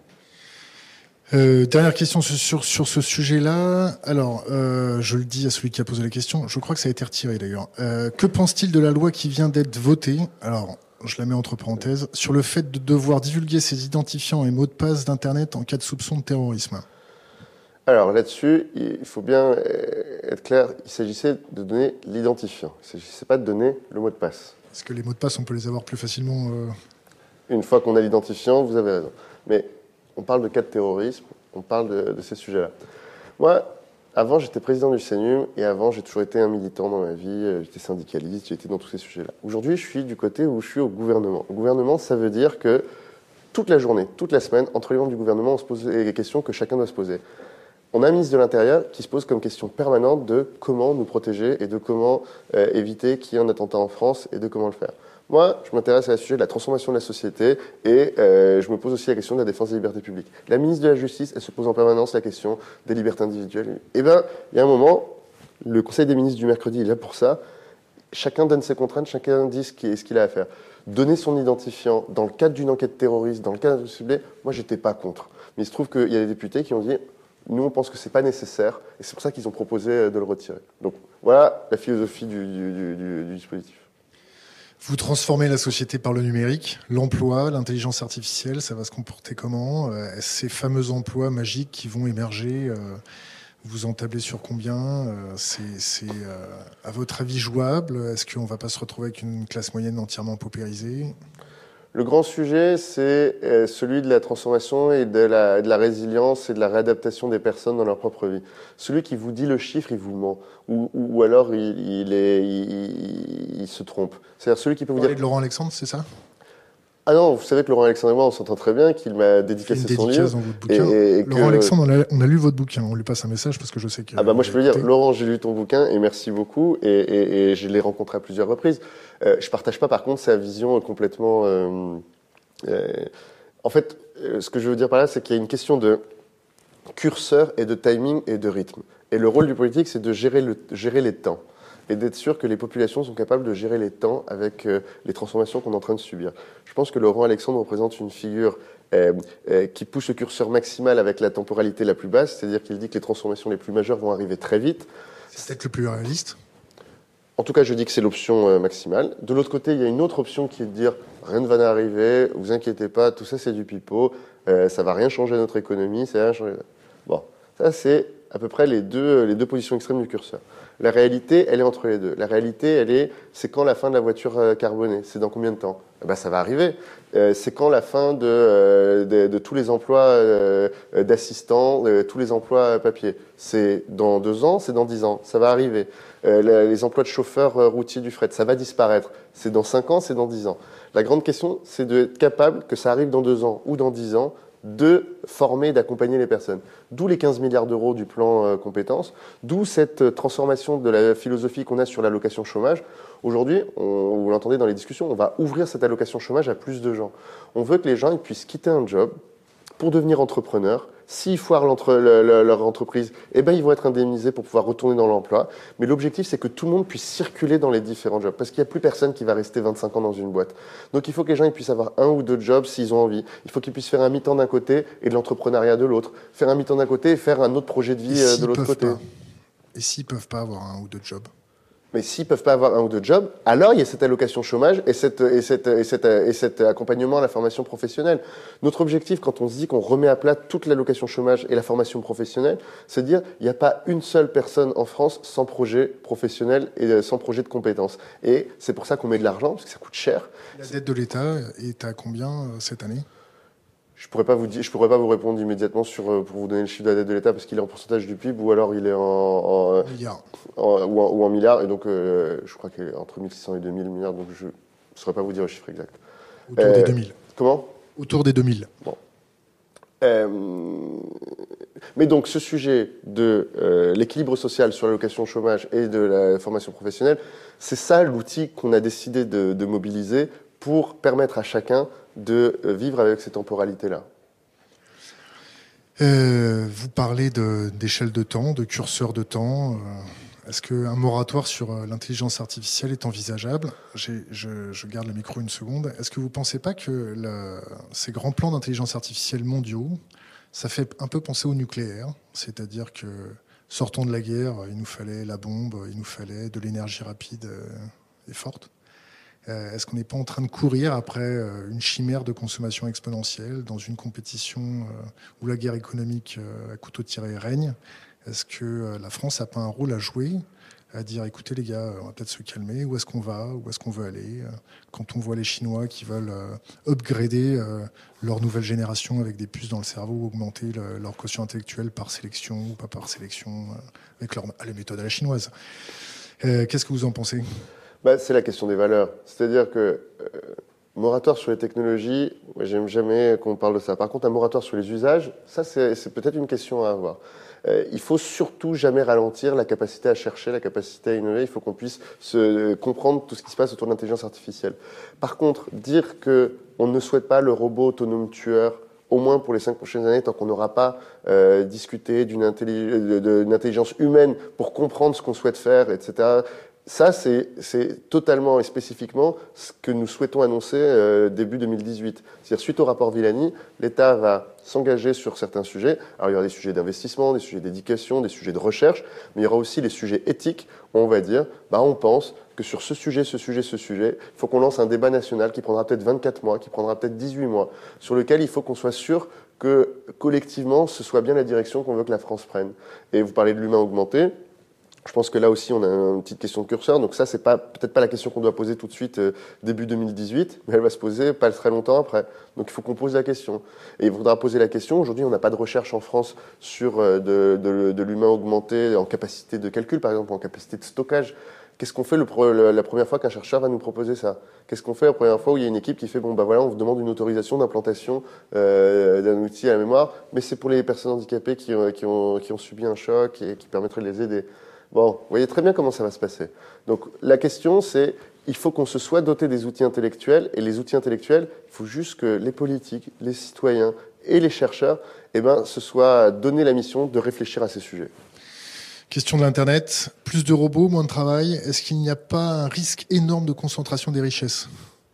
Euh, dernière question sur, sur ce sujet-là. Alors, euh, je le dis à celui qui a posé la question, je crois que ça a été retiré d'ailleurs. Euh, que pense-t-il de la loi qui vient d'être votée? Alors, je la mets entre parenthèses, sur le fait de devoir divulguer ses identifiants et mots de passe d'Internet en cas de soupçon de terrorisme. Alors là-dessus, il faut bien être clair, il s'agissait de donner l'identifiant, il ne s'agissait pas de donner le mot de passe. Est-ce que les mots de passe, on peut les avoir plus facilement euh... Une fois qu'on a l'identifiant, vous avez raison. Mais on parle de cas de terrorisme, on parle de, de ces sujets-là. Moi, avant, j'étais président du CNUM, et avant, j'ai toujours été un militant dans ma vie, j'étais syndicaliste, j'ai été dans tous ces sujets-là. Aujourd'hui, je suis du côté où je suis au gouvernement. Au gouvernement, ça veut dire que toute la journée, toute la semaine, entre les membres du gouvernement, on se pose les questions que chacun doit se poser. On a un ministre de l'Intérieur qui se pose comme question permanente de comment nous protéger et de comment euh, éviter qu'il y ait un attentat en France et de comment le faire. Moi, je m'intéresse à la sujet de la transformation de la société et euh, je me pose aussi la question de la défense des libertés publiques. La ministre de la Justice, elle se pose en permanence la question des libertés individuelles. Eh bien, il y a un moment, le Conseil des ministres du mercredi est là pour ça. Chacun donne ses contraintes, chacun dit ce qu'il a à faire. Donner son identifiant dans le cadre d'une enquête terroriste, dans le cadre de ciblé, moi, j'étais pas contre. Mais il se trouve qu'il y a des députés qui ont dit nous, on pense que c'est pas nécessaire et c'est pour ça qu'ils ont proposé de le retirer. Donc, voilà la philosophie du, du, du, du dispositif. Vous transformez la société par le numérique, l'emploi, l'intelligence artificielle, ça va se comporter comment ? euh, Ces fameux emplois magiques qui vont émerger, euh, vous en tablez sur combien ? euh, C'est, c'est euh, à votre avis jouable ? Est-ce qu'on ne va pas se retrouver avec une classe moyenne entièrement paupérisée ? Le grand sujet, c'est celui de la transformation et de la, de la résilience et de la réadaptation des personnes dans leur propre vie. Celui qui vous dit le chiffre, il vous ment. Ou, ou, ou alors, il, il, est, il, il, il se trompe. C'est-à-dire celui qui peut vous, vous dire... Vous parlez de Laurent Alexandre, c'est ça ? Ah non, vous savez que Laurent Alexandre et moi, on s'entend très bien, qu'il m'a dédicacé son livre. Dans votre bouquin. Et, et Laurent que... Alexandre, on a, on a lu votre bouquin. On lui passe un message parce que je sais que... Ah bah moi, je peux le dire. Laurent, j'ai lu ton bouquin et merci beaucoup. Et, et, et je l'ai rencontré à plusieurs reprises. Euh, je partage pas, par contre, sa vision complètement... Euh, euh, en fait, euh, ce que je veux dire par là, c'est qu'il y a une question de curseur et de timing et de rythme. Et le rôle du politique, c'est de gérer, le, gérer les temps. Et d'être sûr que les populations sont capables de gérer les temps avec euh, les transformations qu'on est en train de subir. Je pense que Laurent Alexandre représente une figure euh, euh, qui pousse le curseur maximal avec la temporalité la plus basse, c'est-à-dire qu'il dit que les transformations les plus majeures vont arriver très vite. C'est peut-être le plus réaliste. En tout cas, je dis que c'est l'option euh, maximale. De l'autre côté, il y a une autre option qui est de dire rien ne va arriver, vous inquiétez pas, tout ça c'est du pipeau, euh, ça va rien changer à notre économie, ça va rien changer. Bon, ça c'est à peu près les deux, les deux positions extrêmes du curseur. La réalité, elle est entre les deux. La réalité, elle est, c'est quand la fin de la voiture carbonée ? C'est dans combien de temps ? Eh ben, ça va arriver. Euh, c'est quand la fin de, euh, de, de tous les emplois euh, d'assistants, euh, tous les emplois papier ? C'est dans deux ans, c'est dans dix ans. Ça va arriver. Euh, la, les emplois de chauffeurs euh, routiers du fret, ça va disparaître. C'est dans cinq ans, c'est dans dix ans. La grande question, c'est d'être capable, que ça arrive dans deux ans ou dans dix ans, de former et d'accompagner les personnes. D'où les quinze milliards d'euros du plan euh, compétences, d'où cette euh, transformation de la philosophie qu'on a sur l'allocation chômage. Aujourd'hui, on, vous l'entendez dans les discussions, on va ouvrir cette allocation chômage à plus de gens. On veut que les gens ils puissent quitter un job pour devenir entrepreneurs. S'ils foirent le, le, leur entreprise, eh ben, ils vont être indemnisés pour pouvoir retourner dans l'emploi. Mais l'objectif, c'est que tout le monde puisse circuler dans les différents jobs. Parce qu'il n'y a plus personne qui va rester vingt-cinq ans dans une boîte. Donc il faut que les gens ils puissent avoir un ou deux jobs s'ils ont envie. Il faut qu'ils puissent faire un mi-temps d'un côté et de l'entrepreneuriat de l'autre. Faire un mi-temps d'un côté et faire un autre projet de vie euh, de l'autre côté. Pas. Et s'ils ne peuvent pas avoir un ou deux jobs ? Mais s'ils ne peuvent pas avoir un ou deux jobs, alors il y a cette allocation chômage et, cette, et, cette, et, cette, et cet accompagnement à la formation professionnelle. Notre objectif, quand on se dit qu'on remet à plat toute l'allocation chômage et la formation professionnelle, c'est de dire qu'il n'y a pas une seule personne en France sans projet professionnel et sans projet de compétences. Et c'est pour ça qu'on met de l'argent, parce que ça coûte cher. La dette de l'État est à combien cette année ? Je pourrais pas vous dire, je pourrais pas vous répondre immédiatement sur pour vous donner le chiffre de la dette de l'État parce qu'il est en pourcentage du P I B ou alors il est en, en milliards en, ou, en, ou en milliards et donc euh, je crois qu'il est entre mille six cents et deux mille milliards donc je ne saurais pas vous dire le chiffre exact. Autour euh, des deux mille. Comment ? Autour des deux mille. Bon. Euh, mais donc ce sujet de euh, l'équilibre social sur l'allocation chômage et de la formation professionnelle, c'est ça l'outil qu'on a décidé de, de mobiliser pour permettre à chacun de vivre avec ces temporalités-là. Euh, vous parlez de, d'échelle de temps, de curseur de temps. Euh, est-ce qu'un moratoire sur l'intelligence artificielle est envisageable ? J'ai, je, je garde le micro une seconde. Est-ce que vous ne pensez pas que le, ces grands plans d'intelligence artificielle mondiaux, ça fait un peu penser au nucléaire ? C'est-à-dire que sortons de la guerre, il nous fallait la bombe, il nous fallait de l'énergie rapide et forte. Est-ce qu'on n'est pas en train de courir après une chimère de consommation exponentielle dans une compétition où la guerre économique à couteau tiré règne ? Est-ce que la France n'a pas un rôle à jouer, à dire écoutez les gars, on va peut-être se calmer, où est-ce qu'on va, où est-ce qu'on veut aller ? Quand on voit les Chinois qui veulent upgrader leur nouvelle génération avec des puces dans le cerveau, augmenter leur quotient intellectuel par sélection ou pas par sélection, avec leur, les méthodes à la chinoise. Qu'est-ce que vous en pensez ? Bah, c'est la question des valeurs. C'est-à-dire que euh, Moratoire sur les technologies, moi, j'aime jamais qu'on parle de ça. Par contre, un moratoire sur les usages, ça, c'est, c'est peut-être une question à avoir. Euh, il faut surtout jamais ralentir la capacité à chercher, la capacité à innover. Il faut qu'on puisse se, euh, comprendre tout ce qui se passe autour de l'intelligence artificielle. Par contre, dire que on ne souhaite pas le robot autonome tueur, au moins pour les cinq prochaines années, tant qu'on n'aura pas euh, discuté d'une, intelli- d'une intelligence humaine pour comprendre ce qu'on souhaite faire, et cetera. Ça, c'est, c'est totalement et spécifiquement ce que nous souhaitons annoncer euh, début deux mille dix-huit. C'est-à-dire, suite au rapport Villani, l'État va s'engager sur certains sujets. Alors, il y aura des sujets d'investissement, des sujets d'éducation, des sujets de recherche, mais il y aura aussi les sujets éthiques où on va dire, bah, on pense que sur ce sujet, ce sujet, ce sujet, il faut qu'on lance un débat national qui prendra peut-être vingt-quatre mois, qui prendra peut-être dix-huit mois, sur lequel il faut qu'on soit sûr que, collectivement, ce soit bien la direction qu'on veut que la France prenne. Et vous parlez de l'humain augmenté. Je pense que là aussi, on a une petite question de curseur. Donc ça, c'est pas peut-être pas la question qu'on doit poser tout de suite euh, début deux mille dix-huit, mais elle va se poser pas très longtemps après. Donc il faut qu'on pose la question. Et il faudra poser la question. Aujourd'hui, on n'a pas de recherche en France sur euh, de, de, de l'humain augmenté en capacité de calcul, par exemple, en capacité de stockage. Qu'est-ce qu'on fait le, le, la première fois qu'un chercheur va nous proposer ça? Qu'est-ce qu'on fait la première fois où il y a une équipe qui fait bon bah voilà, on vous demande une autorisation d'implantation euh, d'un outil à la mémoire, mais c'est pour les personnes handicapées qui, euh, qui, ont, qui ont subi un choc et qui permettrait de les aider. Bon, vous voyez très bien comment ça va se passer. Donc la question, c'est il faut qu'on se soit doté des outils intellectuels, et les outils intellectuels, il faut juste que les politiques, les citoyens et les chercheurs eh ben, se soient donné la mission de réfléchir à ces sujets. Question de l'Internet, plus de robots, moins de travail, est-ce qu'il n'y a pas un risque énorme de concentration des richesses ?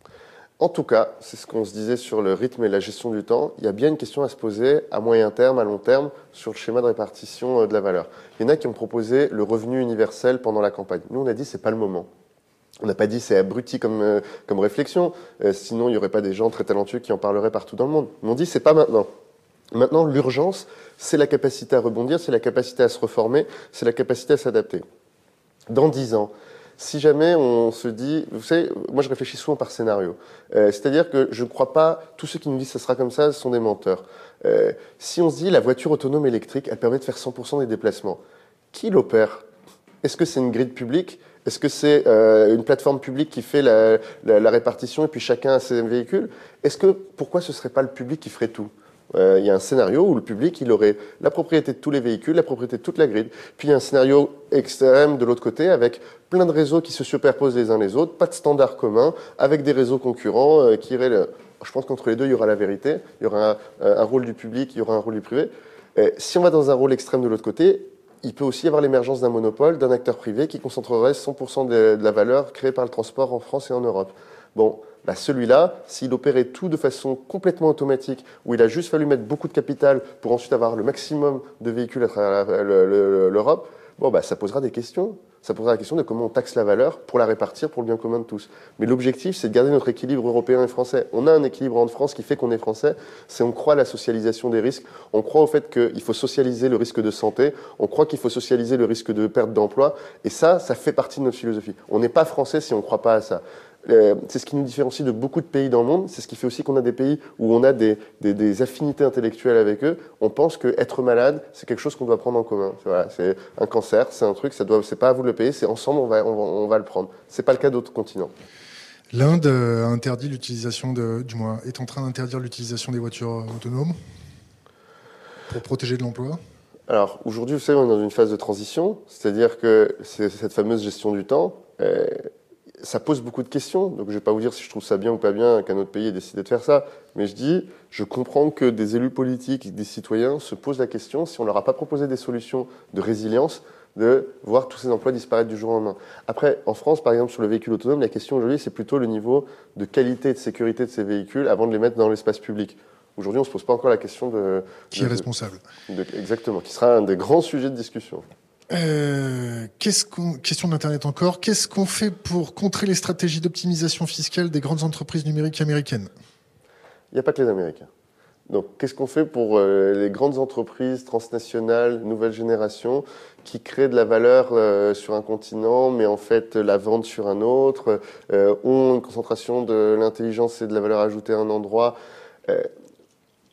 En tout cas, c'est ce qu'on se disait sur le rythme et la gestion du temps. Il y a bien une question à se poser à moyen terme, à long terme, sur le schéma de répartition de la valeur. Il y en a qui ont proposé le revenu universel pendant la campagne. Nous, on a dit c'est pas le moment. On n'a pas dit c'est abruti comme, euh, comme réflexion, euh, sinon il n'y aurait pas des gens très talentueux qui en parleraient partout dans le monde. Mais on dit c'est pas maintenant. Maintenant, l'urgence, c'est la capacité à rebondir, c'est la capacité à se reformer, c'est la capacité à s'adapter. Dans dix ans, si jamais on se dit, vous savez, moi je réfléchis souvent par scénario. Euh, c'est-à-dire que je ne crois pas, tous ceux qui nous disent que ça sera comme ça sont des menteurs. Euh, si on se dit la voiture autonome électrique, elle permet de faire cent pour cent des déplacements, qui l'opère ? Est-ce que c'est une grille publique ? Est-ce que c'est euh, une plateforme publique qui fait la, la, la répartition et puis chacun a ses véhicules ? Est-ce que, pourquoi ce ne serait pas le public qui ferait tout ? Euh, il y a un scénario où le public, il aurait la propriété de tous les véhicules, la propriété de toute la grille. Puis il y a un scénario extrême de l'autre côté avec plein de réseaux qui se superposent les uns les autres, pas de standards communs, avec des réseaux concurrents euh, qui iraient... Le... Je pense qu'entre les deux, il y aura la vérité, il y aura un, un rôle du public, il y aura un rôle du privé. Et si on va dans un rôle extrême de l'autre côté, il peut aussi y avoir l'émergence d'un monopole, d'un acteur privé qui concentrerait cent pour cent de, de la valeur créée par le transport en France et en Europe. Bon... Bah celui-là, s'il opérait tout de façon complètement automatique, où il a juste fallu mettre beaucoup de capital pour ensuite avoir le maximum de véhicules à travers l'Europe, bon, bah, ça posera des questions. Ça posera la question de comment on taxe la valeur pour la répartir pour le bien commun de tous. Mais l'objectif, c'est de garder notre équilibre européen et français. On a un équilibre en France qui fait qu'on est français, c'est on croit à la socialisation des risques, on croit au fait qu'il faut socialiser le risque de santé, on croit qu'il faut socialiser le risque de perte d'emploi, et ça, ça fait partie de notre philosophie. On n'est pas français si on ne croit pas à ça. Euh, c'est ce qui nous différencie de beaucoup de pays dans le monde. C'est ce qui fait aussi qu'on a des pays où on a des, des, des affinités intellectuelles avec eux. On pense que être malade, c'est quelque chose qu'on doit prendre en commun. Voilà, c'est un cancer, c'est un truc, ça doit, c'est pas à vous de le payer, c'est ensemble on va, on va, on va le prendre. C'est pas le cas d'autres continents. L'Inde a interdit l'utilisation de, du moins, est en train d'interdire l'utilisation des voitures autonomes pour protéger de l'emploi. Alors aujourd'hui, vous savez, on est dans une phase de transition, c'est-à-dire que c'est cette fameuse gestion du temps. Euh, Ça pose beaucoup de questions, donc je ne vais pas vous dire si je trouve ça bien ou pas bien qu'un autre pays ait décidé de faire ça, mais je dis, je comprends que des élus politiques, des citoyens se posent la question, si on ne leur a pas proposé des solutions de résilience, de voir tous ces emplois disparaître du jour au lendemain. Après, en France, par exemple, sur le véhicule autonome, la question aujourd'hui, c'est plutôt le niveau de qualité et de sécurité de ces véhicules avant de les mettre dans l'espace public. Aujourd'hui, on ne se pose pas encore la question de... Qui de, est responsable de, de, Exactement, qui sera un des grands sujets de discussion. Euh, qu'est-ce qu'on, question d'Internet encore. Qu'est-ce qu'on fait pour contrer les stratégies d'optimisation fiscale des grandes entreprises numériques américaines ? Il n'y a pas que les Américains. Donc, qu'est-ce qu'on fait pour euh, les grandes entreprises transnationales, nouvelle génération, qui créent de la valeur euh, sur un continent, mais en fait la vendent sur un autre, euh, ont une concentration de l'intelligence et de la valeur ajoutée à un endroit. euh,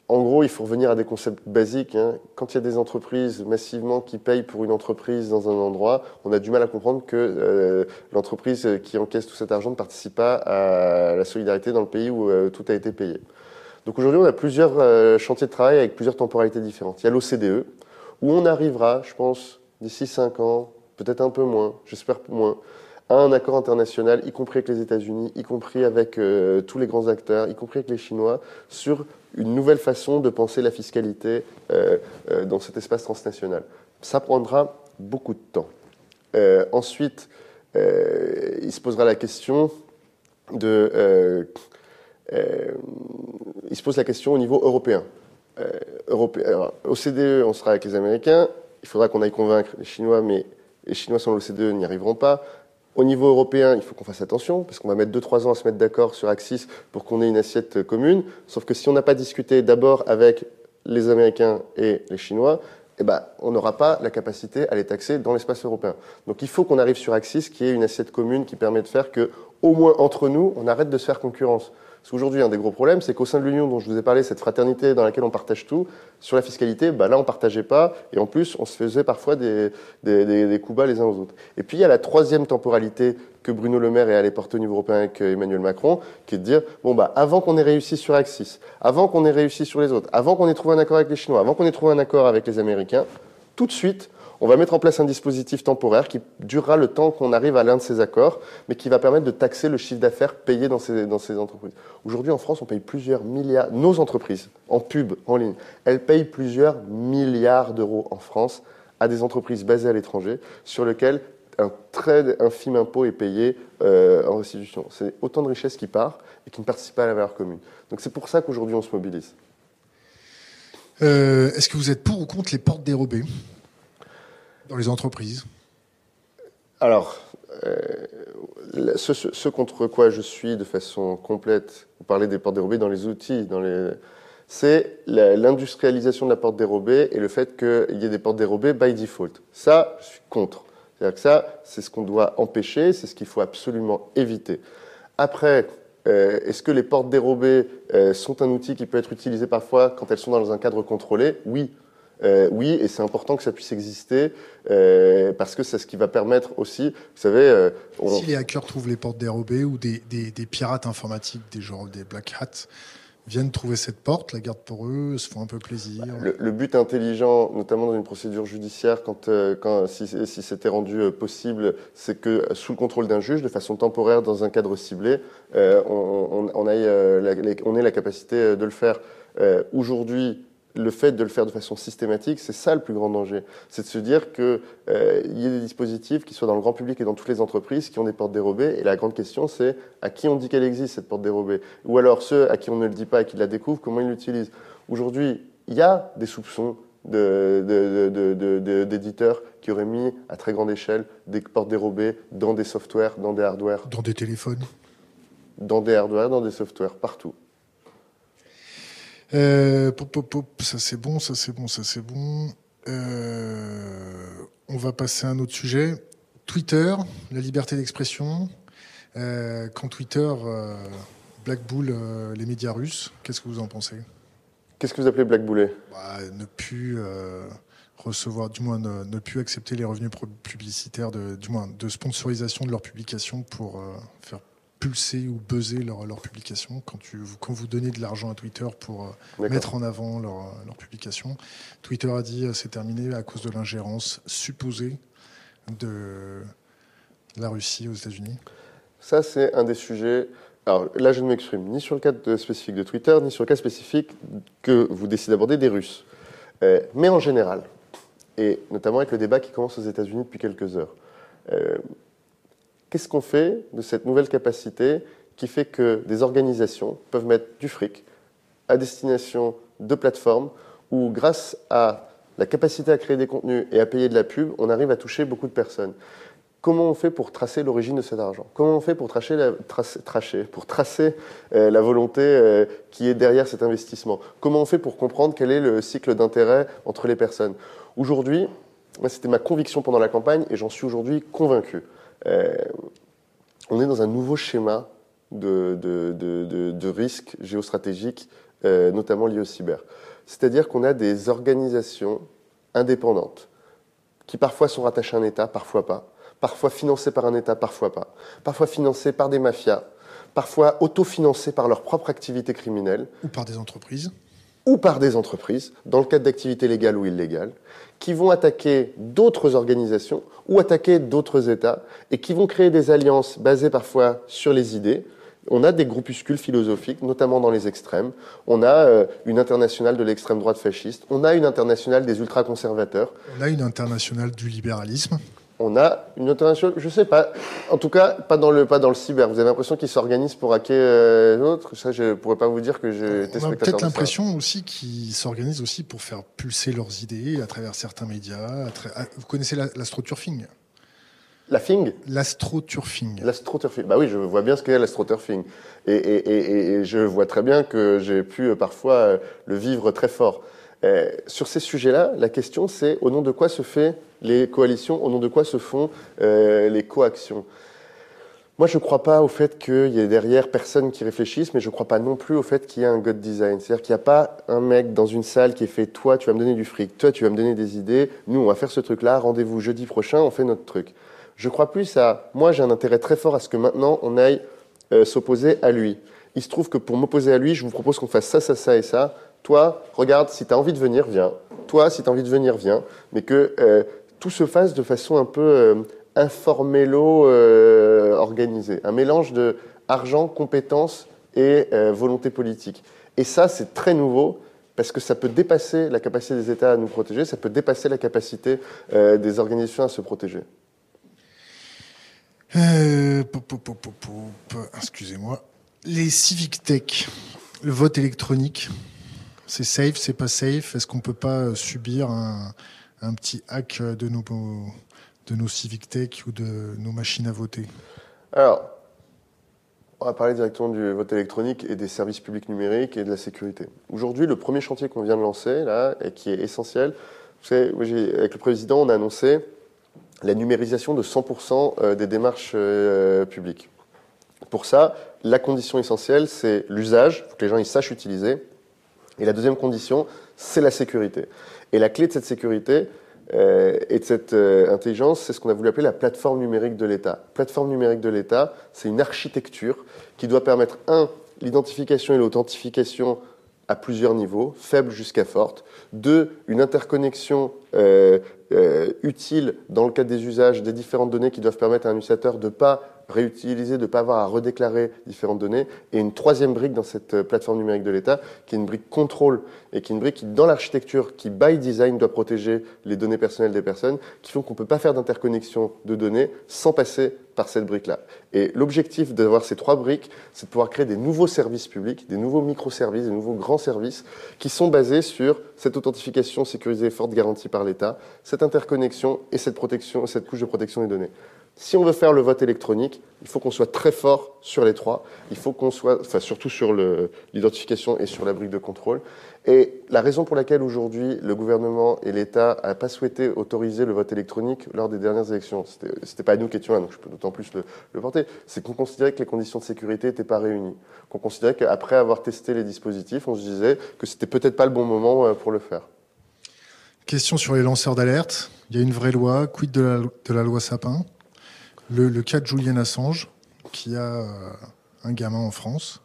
En gros, il faut revenir à des concepts basiques. Hein. Quand il y a des entreprises massivement qui payent pour une entreprise dans un endroit, on a du mal à comprendre que euh, l'entreprise qui encaisse tout cet argent ne participe pas à la solidarité dans le pays où euh, tout a été payé. Donc aujourd'hui, on a plusieurs euh, chantiers de travail avec plusieurs temporalités différentes. Il y a l'O C D E, où on arrivera, je pense, d'ici cinq ans, peut-être un peu moins, j'espère moins, à un accord international, y compris avec les États-Unis, y compris avec euh, tous les grands acteurs, y compris avec les Chinois, sur une nouvelle façon de penser la fiscalité euh, euh, dans cet espace transnational. Ça prendra beaucoup de temps. Euh, ensuite, euh, il se posera la question de... Euh, euh, il se pose la question au niveau européen. Euh, européen. Alors, O C D E, on sera avec les Américains. Il faudra qu'on aille convaincre les Chinois, mais les Chinois sans l'O C D E n'y arriveront pas. Au niveau européen, il faut qu'on fasse attention, parce qu'on va mettre deux trois ans à se mettre d'accord sur Axis pour qu'on ait une assiette commune. Sauf que si on n'a pas discuté d'abord avec les Américains et les Chinois, eh ben, on n'aura pas la capacité à les taxer dans l'espace européen. Donc il faut qu'on arrive sur Axis, qui est une assiette commune qui permet de faire que, au moins entre nous, on arrête de se faire concurrence. Parce qu'aujourd'hui, un des gros problèmes, c'est qu'au sein de l'Union, dont je vous ai parlé, cette fraternité dans laquelle on partage tout, sur la fiscalité, bah là, on ne partageait pas, et en plus, on se faisait parfois des, des, des, des coups bas les uns aux autres. Et puis, il y a la troisième temporalité que Bruno Le Maire est allé porter au niveau européen avec Emmanuel Macron, qui est de dire, bon, bah, avant qu'on ait réussi sur Axis, avant qu'on ait réussi sur les autres, avant qu'on ait trouvé un accord avec les Chinois, avant qu'on ait trouvé un accord avec les Américains, tout de suite, on va mettre en place un dispositif temporaire qui durera le temps qu'on arrive à l'un de ces accords, mais qui va permettre de taxer le chiffre d'affaires payé dans ces, dans ces entreprises. Aujourd'hui, en France, on paye plusieurs milliards, nos entreprises, en pub, en ligne, elles payent plusieurs milliards d'euros en France à des entreprises basées à l'étranger, sur lesquelles un très infime impôt est payé euh, en restitution. C'est autant de richesses qui part et qui ne participent pas à la valeur commune. Donc c'est pour ça qu'aujourd'hui, on se mobilise. Euh, est-ce que vous êtes pour ou contre les portes dérobées dans les entreprises? Alors, euh, ce, ce, ce contre quoi je suis de façon complète, vous parlez des portes dérobées dans les outils, dans les, c'est la, l'industrialisation de la porte dérobée et le fait qu'il y ait des portes dérobées by default. Ça, je suis contre. C'est-à-dire que ça, c'est ce qu'on doit empêcher, c'est ce qu'il faut absolument éviter. Après, euh, est-ce que les portes dérobées euh, sont un outil qui peut être utilisé parfois quand elles sont dans un cadre contrôlé? Oui. Euh, oui, et c'est important que ça puisse exister euh, parce que c'est ce qui va permettre aussi, vous savez... Euh, on... Si les hackers trouvent les portes dérobées ou des, des, des pirates informatiques, des genres des black hats, viennent trouver cette porte, la gardent pour eux, se font un peu plaisir. Le, le but intelligent, notamment dans une procédure judiciaire, quand, euh, quand si, si c'était rendu euh, possible, c'est que sous le contrôle d'un juge, de façon temporaire, dans un cadre ciblé, euh, on, on, on, aille, euh, la, les, on ait la capacité de le faire. Euh, aujourd'hui, le fait de le faire de façon systématique, c'est ça le plus grand danger. C'est de se dire qu'il euh, y ait des dispositifs qui soient dans le grand public et dans toutes les entreprises qui ont des portes dérobées. Et la grande question, c'est à qui on dit qu'elle existe, cette porte dérobée? Ou alors ceux à qui on ne le dit pas et qui la découvrent, comment ils l'utilisent? Aujourd'hui, il y a des soupçons de, de, de, de, de, d'éditeurs qui auraient mis à très grande échelle des portes dérobées dans des softwares, dans des hardwares. Dans des téléphones. Dans des hardwares, dans des softwares, partout. Euh, pop, pop, pop, ça c'est bon, ça c'est bon, ça c'est bon. Euh, on va passer à un autre sujet. Twitter, la liberté d'expression. Euh, quand Twitter euh, blackbull euh, les médias russes, qu'est-ce que vous en pensez? Qu'est-ce que vous appelez blackbouler? Bah, ne plus euh, recevoir, du moins ne, ne plus accepter les revenus publicitaires, de, du moins de sponsorisation de leurs publications pour euh, faire pulser ou buzzer leur, leur publication. Quand, tu, quand vous donnez de l'argent à Twitter pour euh, mettre en avant leur, leur publication, Twitter a dit euh, c'est terminé à cause de l'ingérence supposée de la Russie aux États-Unis. Ça, c'est un des sujets... Alors là, je ne m'exprime ni sur le cas de, spécifique de Twitter, ni sur le cas spécifique que vous décidez d'aborder des Russes. Euh, mais en général, et notamment avec le débat qui commence aux États-Unis depuis quelques heures, euh, qu'est-ce qu'on fait de cette nouvelle capacité qui fait que des organisations peuvent mettre du fric à destination de plateformes où, grâce à la capacité à créer des contenus et à payer de la pub, on arrive à toucher beaucoup de personnes? Comment on fait pour tracer l'origine de cet argent? Comment on fait pour tracer la, tracer, tracer, pour tracer euh, la volonté euh, qui est derrière cet investissement? Comment on fait pour comprendre quel est le cycle d'intérêt entre les personnes? Aujourd'hui, moi, c'était ma conviction pendant la campagne et j'en suis aujourd'hui convaincu. Euh, on est dans un nouveau schéma de, de, de, de, de risque géostratégique euh, notamment liées au cyber. C'est-à-dire qu'on a des organisations indépendantes qui parfois sont rattachées à un État, parfois pas, parfois financées par un État, parfois pas, parfois financées par des mafias, parfois autofinancées par leur propre activité criminelle. Ou par des entreprises. Ou par des entreprises, dans le cadre d'activités légales ou illégales, qui vont attaquer d'autres organisations ou attaquer d'autres États et qui vont créer des alliances basées parfois sur les idées. On a des groupuscules philosophiques, notamment dans les extrêmes. On a euh, une internationale de l'extrême droite fasciste. On a une internationale des ultra-conservateurs. On a une internationale du libéralisme. On a une internationale, je sais pas, en tout cas, pas dans le, pas dans le cyber. Vous avez l'impression qu'ils s'organisent pour hacker euh, l'autre. Ça, je pourrais pas vous dire que j'ai été spectateur. On a peut-être l'impression aussi qu'ils s'organisent aussi pour faire pulser leurs idées à travers certains médias. Tra... Vous connaissez l'astroturfing ? La Fing L'astroturfing. L'astroturfing. Bah oui, je vois bien ce qu'est l'astroturfing. Et, et, et, et je vois très bien que j'ai pu euh, parfois euh, le vivre très fort. Euh, sur ces sujets-là, la question c'est au nom de quoi se fait les coalitions, au nom de quoi se font euh, les coactions. Moi, je ne crois pas au fait qu'il y ait derrière personne qui réfléchisse, mais je ne crois pas non plus au fait qu'il y ait un God design. C'est-à-dire qu'il n'y a pas un mec dans une salle qui est fait « toi, tu vas me donner du fric, toi, tu vas me donner des idées, nous, on va faire ce truc-là, rendez-vous jeudi prochain, on fait notre truc ». Je crois plus à... Moi, j'ai un intérêt très fort à ce que maintenant, on aille euh, s'opposer à lui. Il se trouve que pour m'opposer à lui, je vous propose qu'on fasse ça, ça, ça et ça. Toi, regarde, si tu as envie de venir, viens. Toi, si tu as envie de venir, viens. Mais que euh, tout se fasse de façon un peu euh, informello euh, organisée. Un mélange de argent, compétences et euh, volonté politique. Et ça, c'est très nouveau parce que ça peut dépasser la capacité des États à nous protéger, ça peut dépasser la capacité euh, des organisations à se protéger. Euh, pop, pop, pop, pop, pop, excusez-moi. Les civic tech, le vote électronique, c'est safe, c'est pas safe? Est-ce qu'on peut pas subir un, un petit hack de nos, de nos civic tech ou de nos machines à voter? Alors, on va parler directement du vote électronique et des services publics numériques et de la sécurité. Aujourd'hui, le premier chantier qu'on vient de lancer, là, et qui est essentiel, vous savez, avec le président, on a annoncé la numérisation de cent pour cent des démarches euh, publiques. Pour ça, la condition essentielle, c'est l'usage, il faut que les gens ils sachent utiliser. Et la deuxième condition, c'est la sécurité. Et la clé de cette sécurité euh, et de cette euh, intelligence, c'est ce qu'on a voulu appeler la plateforme numérique de l'État. Plateforme numérique de l'État, c'est une architecture qui doit permettre, un, l'identification et l'authentification à plusieurs niveaux, faible jusqu'à forte. Deux, une interconnexion euh, euh, utile dans le cadre des usages des différentes données qui doivent permettre à un utilisateur de ne pas réutiliser, de ne pas avoir à redéclarer différentes données. Et une troisième brique dans cette plateforme numérique de l'État, qui est une brique contrôle, et qui est une brique qui, dans l'architecture, qui by design doit protéger les données personnelles des personnes, qui font qu'on ne peut pas faire d'interconnexion de données sans passer par cette brique-là. Et l'objectif d'avoir ces trois briques, c'est de pouvoir créer des nouveaux services publics, des nouveaux microservices, des nouveaux grands services qui sont basés sur cette authentification sécurisée forte garantie par l'État, cette interconnexion et cette protection, cette couche de protection des données. Si on veut faire le vote électronique, il faut qu'on soit très fort sur les trois. Il faut qu'on soit, enfin surtout sur le, l'identification et sur la brique de contrôle. Et la raison pour laquelle aujourd'hui le gouvernement et l'État n'ont pas souhaité autoriser le vote électronique lors des dernières élections, c'était, c'était pas nous qui étions là, donc je peux d'autant plus le, le porter, c'est qu'on considérait que les conditions de sécurité n'étaient pas réunies. Qu'on considérait qu'après avoir testé les dispositifs, on se disait que c'était peut-être pas le bon moment pour le faire. Question sur les lanceurs d'alerte. Il y a une vraie loi, quid de la, de la loi Sapin? Le, le cas de Julian Assange, qui a euh, un gamin en France,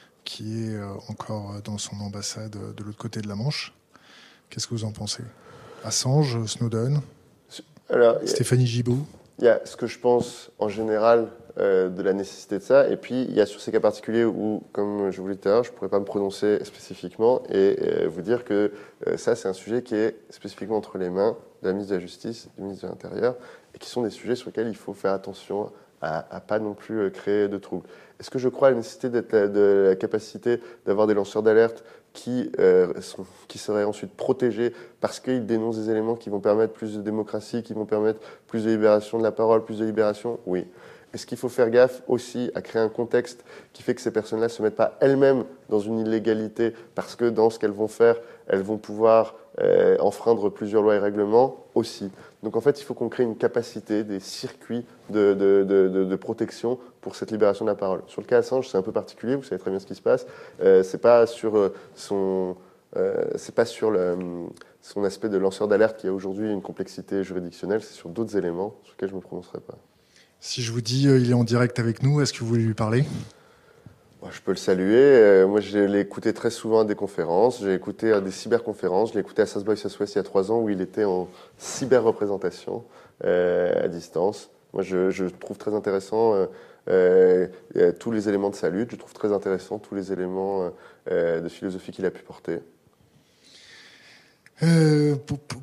qui est euh, encore dans son ambassade de l'autre côté de la Manche. Qu'est-ce que vous en pensez? Assange, Snowden, Alors, Stéphanie Gibault? Il y a ce que je pense en général euh, de la nécessité de ça, et puis il y a sur ces cas particuliers où, comme je vous l'ai dit tout à l'heure, je ne pourrais pas me prononcer spécifiquement et euh, vous dire que euh, ça, c'est un sujet qui est spécifiquement entre les mains de la ministre de la Justice, du ministre de l'Intérieur, et qui sont des sujets sur lesquels il faut faire attention à, à pas non plus créer de troubles. Est-ce que je crois à la nécessité d'être la, de la capacité d'avoir des lanceurs d'alerte qui, euh, sont, qui seraient ensuite protégés parce qu'ils dénoncent des éléments qui vont permettre plus de démocratie, qui vont permettre plus de libération de la parole, plus de libération? Oui. Est-ce qu'il faut faire gaffe aussi à créer un contexte qui fait que ces personnes-là ne se mettent pas elles-mêmes dans une illégalité parce que dans ce qu'elles vont faire, elles vont pouvoir euh, enfreindre plusieurs lois et règlements? Aussi. Donc en fait, il faut qu'on crée une capacité, des circuits de, de, de, de, de protection pour cette libération de la parole. Sur le cas Assange, c'est un peu particulier, vous savez très bien ce qui se passe. Euh, c'est pas sur euh, son, euh, c'est pas sur le, son aspect de lanceur d'alerte qui a aujourd'hui une complexité juridictionnelle, c'est sur d'autres éléments sur lesquels je ne me prononcerai pas. Si je vous dis euh, il est en direct avec nous, est-ce que vous voulez lui parler ? Bon, je peux le saluer. Euh, moi, je l'ai écouté très souvent à des conférences. J'ai écouté à des cyberconférences. Je l'ai écouté à South by Southwest il y a trois ans où il était en cyber-représentation euh, à distance. Moi, je, je trouve très intéressant euh, euh, tous les éléments de sa lutte. Je trouve très intéressant tous les éléments euh, de philosophie qu'il a pu porter. Euh,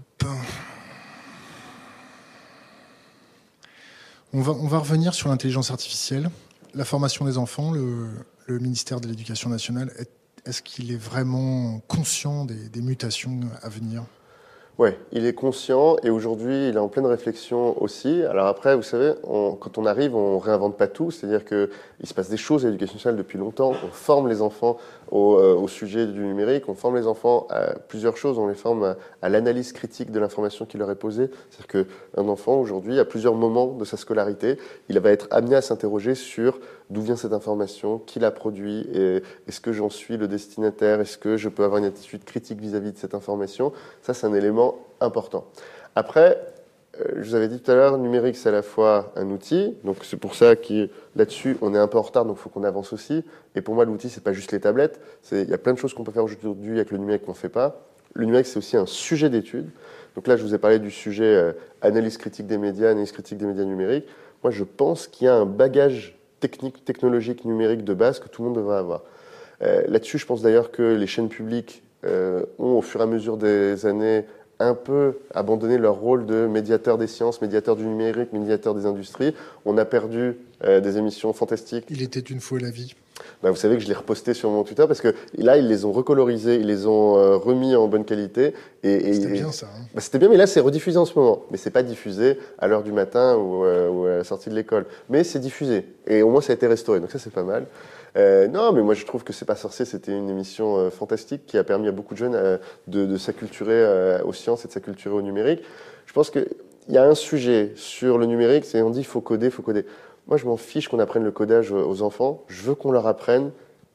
on va, on va revenir sur l'intelligence artificielle. La formation des enfants, le, le ministère de l'Éducation nationale, est, est-ce qu'il est vraiment conscient des, des mutations à venir ? Oui, il est conscient et aujourd'hui, il est en pleine réflexion aussi. Alors après, vous savez, on, quand on arrive, on réinvente pas tout. C'est-à-dire qu'il se passe des choses à l'éducation nationale depuis longtemps. On forme les enfants au, euh, au sujet du numérique. On forme les enfants à plusieurs choses. On les forme à, à l'analyse critique de l'information qui leur est posée. C'est-à-dire qu'un enfant, aujourd'hui, à plusieurs moments de sa scolarité, il va être amené à s'interroger sur d'où vient cette information, qui l'a produit, et est-ce que j'en suis le destinataire, est-ce que je peux avoir une attitude critique vis-à-vis de cette information. Ça, c'est un élément important. Après, euh, je vous avais dit tout à l'heure, numérique, c'est à la fois un outil, donc c'est pour ça que là-dessus, on est un peu en retard, donc il faut qu'on avance aussi. Et pour moi, l'outil, c'est pas juste les tablettes. C'est, il y a plein de choses qu'on peut faire aujourd'hui avec le numérique qu'on ne fait pas. Le numérique, c'est aussi un sujet d'étude. Donc là, je vous ai parlé du sujet euh, analyse critique des médias, analyse critique des médias numériques. Moi, je pense qu'il y a un bagage technique, technologique, numérique de base que tout le monde devrait avoir. Euh, là-dessus, je pense d'ailleurs que les chaînes publiques euh, ont, au fur et à mesure des années, un peu abandonné leur rôle de médiateur des sciences, médiateur du numérique, médiateur des industries. On a perdu euh, des émissions fantastiques. Il était une fois la vie. Ben, vous savez que je l'ai reposté sur mon Twitter parce que là, ils les ont recolorisés, ils les ont euh, remis en bonne qualité. Et, et, c'était et, bien ça. Hein. Ben, c'était bien, mais là, c'est rediffusé en ce moment. Mais c'est pas diffusé à l'heure du matin ou, euh, ou à la sortie de l'école. Mais c'est diffusé. Et au moins, ça a été restauré. Donc ça, c'est pas mal. Euh, non, mais moi, je trouve que C'est pas sorcier, c'était une émission euh, fantastique qui a permis à beaucoup de jeunes euh, de, de s'acculturer euh, aux sciences et de s'acculturer au numérique. Je pense qu'il y a un sujet sur le numérique, c'est on dit il faut coder, il faut coder. Moi, je m'en fiche qu'on apprenne le codage aux enfants. Je veux qu'on leur apprenne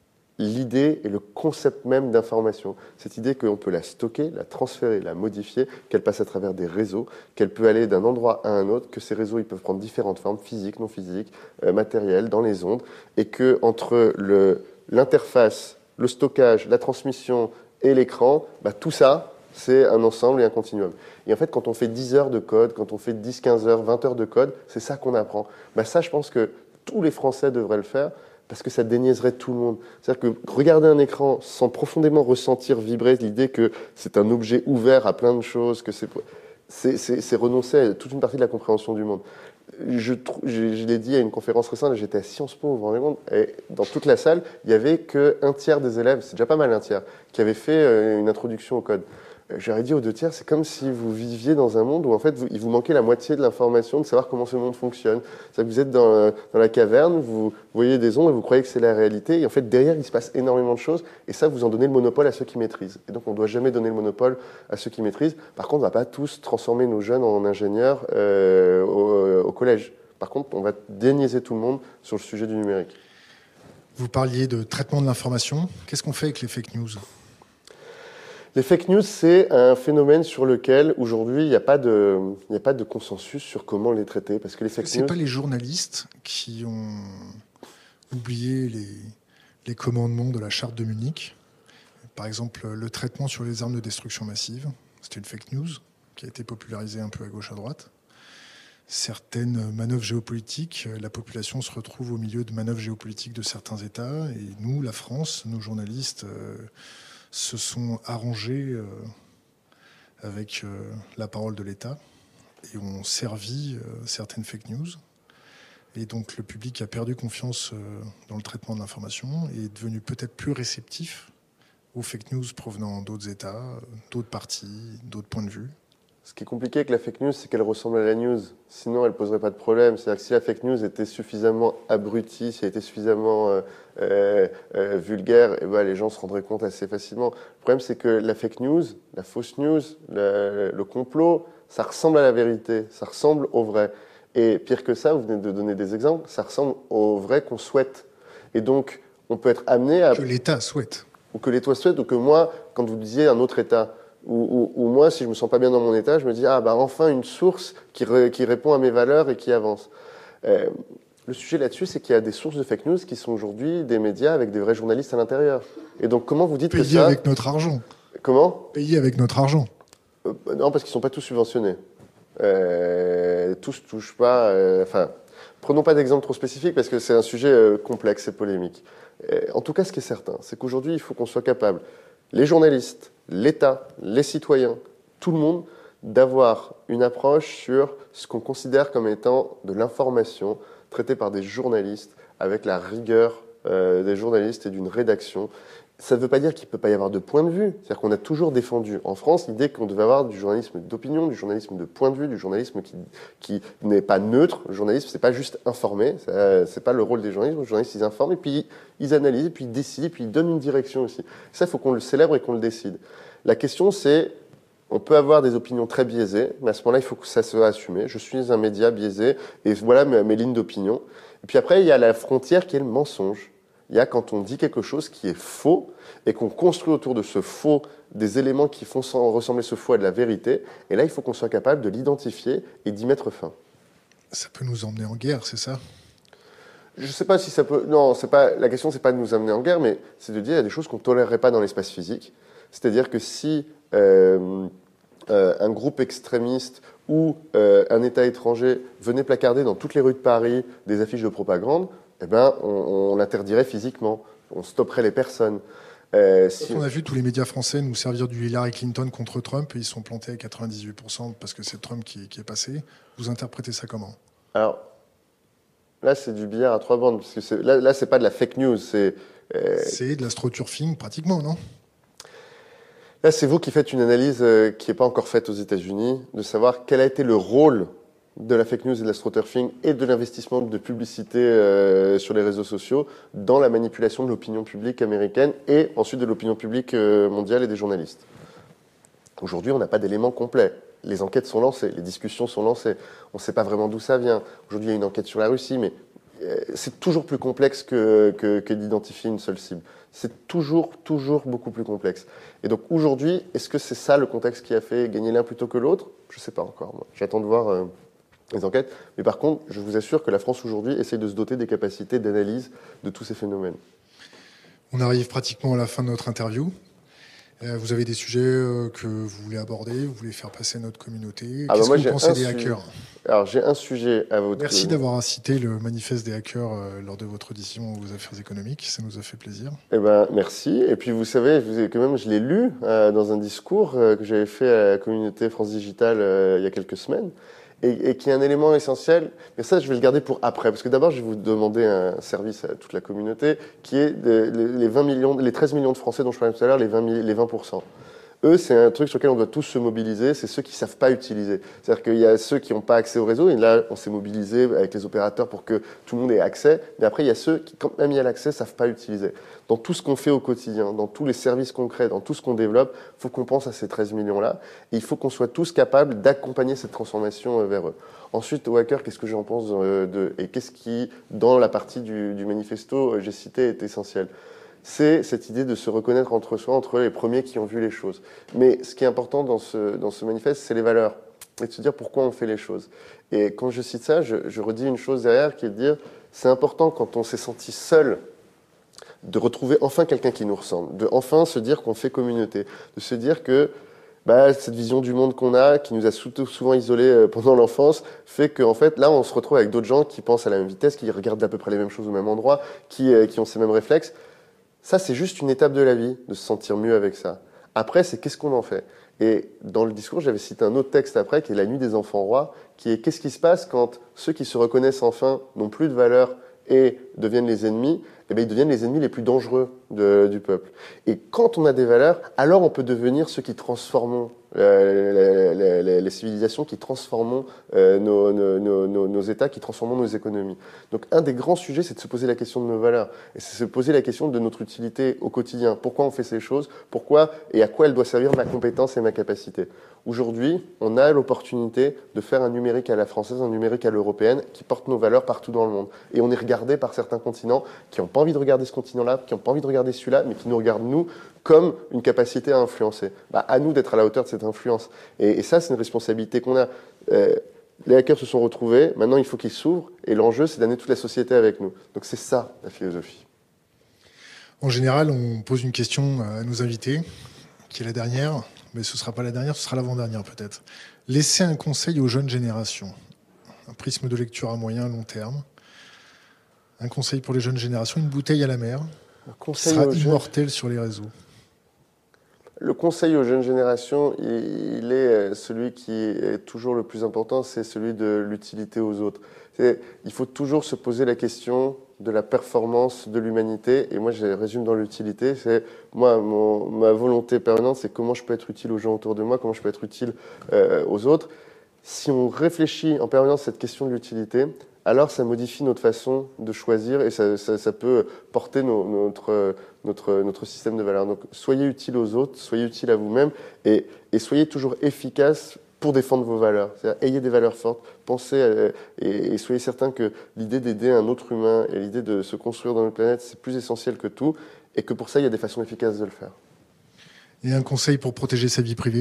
l'idée et le concept même d'information. Cette idée qu'on peut la stocker, la transférer, la modifier, qu'elle passe à travers des réseaux, qu'elle peut aller d'un endroit à un autre, que ces réseaux ils peuvent prendre différentes formes, physiques, non physiques, euh, matérielles, dans les ondes, et que entre le, l'interface, le stockage, la transmission et l'écran, bah, tout ça, c'est un ensemble et un continuum. Et en fait, quand on fait dix heures de code, quand on fait dix, quinze heures, vingt heures de code, c'est ça qu'on apprend. Bah, ça, je pense que tous les Français devraient le faire, parce que ça déniaiserait tout le monde. C'est-à-dire que regarder un écran sans profondément ressentir, vibrer l'idée que c'est un objet ouvert à plein de choses, que c'est, c'est, c'est, c'est renoncer à toute une partie de la compréhension du monde. Je, je, je l'ai dit à une conférence récente, j'étais à Sciences Po, vous vous rendez compte, et dans toute la salle, il n'y avait qu'un tiers des élèves, c'est déjà pas mal un tiers, qui avaient fait une introduction au code. J'aurais dit aux deux tiers, c'est comme si vous viviez dans un monde où en fait vous, il vous manquait la moitié de l'information de savoir comment ce monde fonctionne. C'est-à-dire que vous êtes dans, dans la caverne, vous voyez des ondes et vous croyez que c'est la réalité. Et en fait derrière il se passe énormément de choses et ça vous en donnez le monopole à ceux qui maîtrisent. Et donc on ne doit jamais donner le monopole à ceux qui maîtrisent. Par contre on ne va pas tous transformer nos jeunes en ingénieurs euh, au, au collège. Par contre on va déniaiser tout le monde sur le sujet du numérique. Vous parliez de traitement de l'information. Qu'est-ce qu'on fait avec les fake news ? Les fake news, c'est un phénomène sur lequel, aujourd'hui, il n'y a pas de, il n'y a pas de consensus sur comment les traiter. Parce que les fake c'est news... pas les journalistes qui ont oublié les, les commandements de la charte de Munich. Par exemple, le traitement sur les armes de destruction massive. C'était une fake news qui a été popularisée un peu à gauche, à droite. Certaines manœuvres géopolitiques, la population se retrouve au milieu de manœuvres géopolitiques de certains États. Et nous, la France, nos journalistes... Euh, se sont arrangés euh, avec euh, la parole de l'État et ont servi euh, certaines fake news. Et donc le public a perdu confiance euh, dans le traitement de l'information et est devenu peut-être plus réceptif aux fake news provenant d'autres États, d'autres partis, d'autres points de vue. Ce qui est compliqué avec la fake news, c'est qu'elle ressemble à la news. Sinon, elle poserait pas de problème. C'est-à-dire que si la fake news était suffisamment abrutie, si elle était suffisamment euh, euh, euh, vulgaire, eh ben, les gens se rendraient compte assez facilement. Le problème, c'est que la fake news, la fausse news, le, le complot, ça ressemble à la vérité, ça ressemble au vrai. Et pire que ça, vous venez de donner des exemples, ça ressemble au vrai qu'on souhaite. Et donc, on peut être amené à... Que l'État souhaite. Ou que l'État souhaite, ou que moi, quand vous disiez un autre État... Ou, ou, ou moi, si je me sens pas bien dans mon état, je me dis ah bah enfin une source qui, re, qui répond à mes valeurs et qui avance. Euh, le sujet là-dessus, c'est qu'il y a des sources de fake news qui sont aujourd'hui des médias avec des vrais journalistes à l'intérieur. Et donc comment vous dites Payés que ça avec notre argent. Comment Payés avec notre argent. euh, Non, parce qu'ils sont pas tous subventionnés. Euh, tous touchent pas. Euh, enfin, prenons pas d'exemple trop spécifique parce que c'est un sujet euh, complexe et polémique. Euh, en tout cas, ce qui est certain, c'est qu'aujourd'hui, il faut qu'on soit capable, les journalistes, l'État, les citoyens, tout le monde, d'avoir une approche sur ce qu'on considère comme étant de l'information traitée par des journalistes avec la rigueur euh, des journalistes et d'une rédaction. Ça ne veut pas dire qu'il ne peut pas y avoir de point de vue. C'est-à-dire qu'on a toujours défendu en France l'idée qu'on devait avoir du journalisme d'opinion, du journalisme de point de vue, du journalisme qui, qui n'est pas neutre. Le journalisme, c'est pas juste informer, ça, c'est pas le rôle des journalistes. Les journalistes, ils informent et puis ils analysent, et puis ils décident, et puis ils donnent une direction aussi. Ça, il faut qu'on le célèbre et qu'on le décide. La question, c'est, on peut avoir des opinions très biaisées, mais à ce moment-là, il faut que ça soit assumé. Je suis un média biaisé, et voilà mes, mes lignes d'opinion. Et puis après, il y a la frontière qui est le mensonge. Il y a quand on dit quelque chose qui est faux et qu'on construit autour de ce faux des éléments qui font ressembler ce faux à de la vérité. Et là, il faut qu'on soit capable de l'identifier et d'y mettre fin. Ça peut nous emmener en guerre, c'est ça ? Je ne sais pas si ça peut... Non, c'est pas... la question, c'est pas de nous amener en guerre, mais c'est de dire qu'il y a des choses qu'on ne tolérerait pas dans l'espace physique. C'est-à-dire que si euh, euh, un groupe extrémiste ou euh, un État étranger venait placarder dans toutes les rues de Paris des affiches de propagande, eh ben, on, on l'interdirait physiquement, on stopperait les personnes. Euh, si... On a vu tous les médias français nous servir du Hillary Clinton contre Trump et ils sont plantés à quatre-vingt-dix-huit pour cent parce que c'est Trump qui, qui est passé. Vous interprétez ça comment ? Alors, là, c'est du billard à trois bandes. Parce que c'est, là, là, c'est pas de la fake news. C'est, euh... c'est de l'astroturfing, pratiquement, non ? Là, c'est vous qui faites une analyse euh, qui n'est pas encore faite aux États-Unis, de savoir quel a été le rôle de la fake news et de l'astroturfing et de l'investissement de publicité euh, sur les réseaux sociaux dans la manipulation de l'opinion publique américaine et ensuite de l'opinion publique euh, mondiale et des journalistes. Aujourd'hui, on n'a pas d'éléments complets. Les enquêtes sont lancées, les discussions sont lancées. On ne sait pas vraiment d'où ça vient. Aujourd'hui, il y a une enquête sur la Russie, mais euh, c'est toujours plus complexe que, que, que d'identifier une seule cible. C'est toujours, toujours beaucoup plus complexe. Et donc aujourd'hui, est-ce que c'est ça le contexte qui a fait gagner l'un plutôt que l'autre ? Je ne sais pas encore. Moi. J'attends de voir... Euh, les enquêtes. Mais par contre, je vous assure que la France aujourd'hui essaye de se doter des capacités d'analyse de tous ces phénomènes. On arrive pratiquement à la fin de notre interview. Euh, vous avez des sujets euh, que vous voulez aborder, vous voulez faire passer à notre communauté. Ah Qu'est-ce bah moi, que vous pensez des sujet... hackers ? Alors j'ai un sujet à votre... Merci d'avoir cité le manifeste des hackers euh, lors de votre audition aux affaires économiques. Ça nous a fait plaisir. Eh ben merci. Et puis vous savez, je vous ai, quand même, je l'ai lu euh, dans un discours euh, que j'avais fait à la communauté France Digital euh, il y a quelques semaines. Et, et qui est un élément essentiel, mais ça je vais le garder pour après, parce que d'abord je vais vous demander un service à toute la communauté, qui est de, les, vingt millions, les treize millions de Français dont je parlais tout à l'heure, les vingt, les vingt pour cent. Eux, c'est un truc sur lequel on doit tous se mobiliser, c'est ceux qui savent pas utiliser. C'est-à-dire qu'il y a ceux qui n'ont pas accès au réseau, et là on s'est mobilisé avec les opérateurs pour que tout le monde ait accès, mais après il y a ceux qui, quand même il y a l'accès, savent pas utiliser. Dans tout ce qu'on fait au quotidien, dans tous les services concrets, dans tout ce qu'on développe, il faut qu'on pense à ces treize millions-là, et il faut qu'on soit tous capables d'accompagner cette transformation vers eux. Ensuite, aux hackers, qu'est-ce que j'en pense de, et qu'est-ce qui, dans la partie du, du manifesto, j'ai cité, est essentiel ? C'est cette idée de se reconnaître entre soi, entre les premiers qui ont vu les choses. Mais ce qui est important dans ce, dans ce manifeste, c'est les valeurs, et de se dire pourquoi on fait les choses. Et quand je cite ça, je, je redis une chose derrière, qui est de dire, c'est important quand on s'est senti seul, de retrouver enfin quelqu'un qui nous ressemble, de enfin se dire qu'on fait communauté, de se dire que bah, cette vision du monde qu'on a, qui nous a souvent isolés pendant l'enfance, fait qu'en fait, là, on se retrouve avec d'autres gens qui pensent à la même vitesse, qui regardent à peu près les mêmes choses au même endroit, qui, qui ont ces mêmes réflexes. Ça, c'est juste une étape de la vie, de se sentir mieux avec ça. Après, c'est qu'est-ce qu'on en fait ? Et dans le discours, j'avais cité un autre texte après, qui est La nuit des enfants rois, qui est qu'est-ce qui se passe quand ceux qui se reconnaissent enfin n'ont plus de valeur et deviennent les ennemis ? Eh bien, ils deviennent les ennemis les plus dangereux de, du peuple. Et quand on a des valeurs, alors on peut devenir ceux qui transformons euh, les, les, les civilisations qui transformons euh, nos, nos, nos, nos États, qui transformons nos économies. Donc un des grands sujets, c'est de se poser la question de nos valeurs, et c'est se poser la question de notre utilité au quotidien. Pourquoi on fait ces choses? Pourquoi et à quoi elle doit servir ma compétence et ma capacité? Aujourd'hui, on a l'opportunité de faire un numérique à la française, un numérique à l'européenne, qui porte nos valeurs partout dans le monde. Et on est regardé par certains continents qui n'ont pas envie de regarder ce continent-là, qui n'ont pas envie de regarder celui-là, mais qui nous regardent, nous, comme une capacité à influencer. Bah, à nous d'être à la hauteur de cette influence. Et, et ça, c'est une responsabilité qu'on a. Euh, les hackers se sont retrouvés, maintenant il faut qu'ils s'ouvrent, et l'enjeu, c'est d'amener toute la société avec nous. Donc c'est ça, la philosophie. En général, on pose une question à nos invités, qui est la dernière, mais ce ne sera pas la dernière, ce sera l'avant-dernière peut-être. Laissez un conseil aux jeunes générations, un prisme de lecture à moyen, long terme, un conseil pour les jeunes générations, une bouteille à la mer, qui sera immortelle sur les réseaux. Le conseil aux jeunes générations, il, il est celui qui est toujours le plus important, c'est celui de l'utilité aux autres. C'est, il faut toujours se poser la question de la performance de l'humanité, et moi je résume dans l'utilité, c'est moi mon, ma volonté permanente, c'est comment je peux être utile aux gens autour de moi, comment je peux être utile euh, aux autres. Si on réfléchit en permanence à cette question de l'utilité, alors ça modifie notre façon de choisir et ça, ça, ça peut porter nos, notre, notre, notre système de valeurs. Donc soyez utile aux autres, soyez utile à vous-même et, et soyez toujours efficace pour défendre vos valeurs. C'est-à-dire, ayez des valeurs fortes, pensez à, et, et soyez certain que l'idée d'aider un autre humain et l'idée de se construire dans notre planète, c'est plus essentiel que tout et que pour ça, il y a des façons efficaces de le faire. Et un conseil pour protéger sa vie privée ?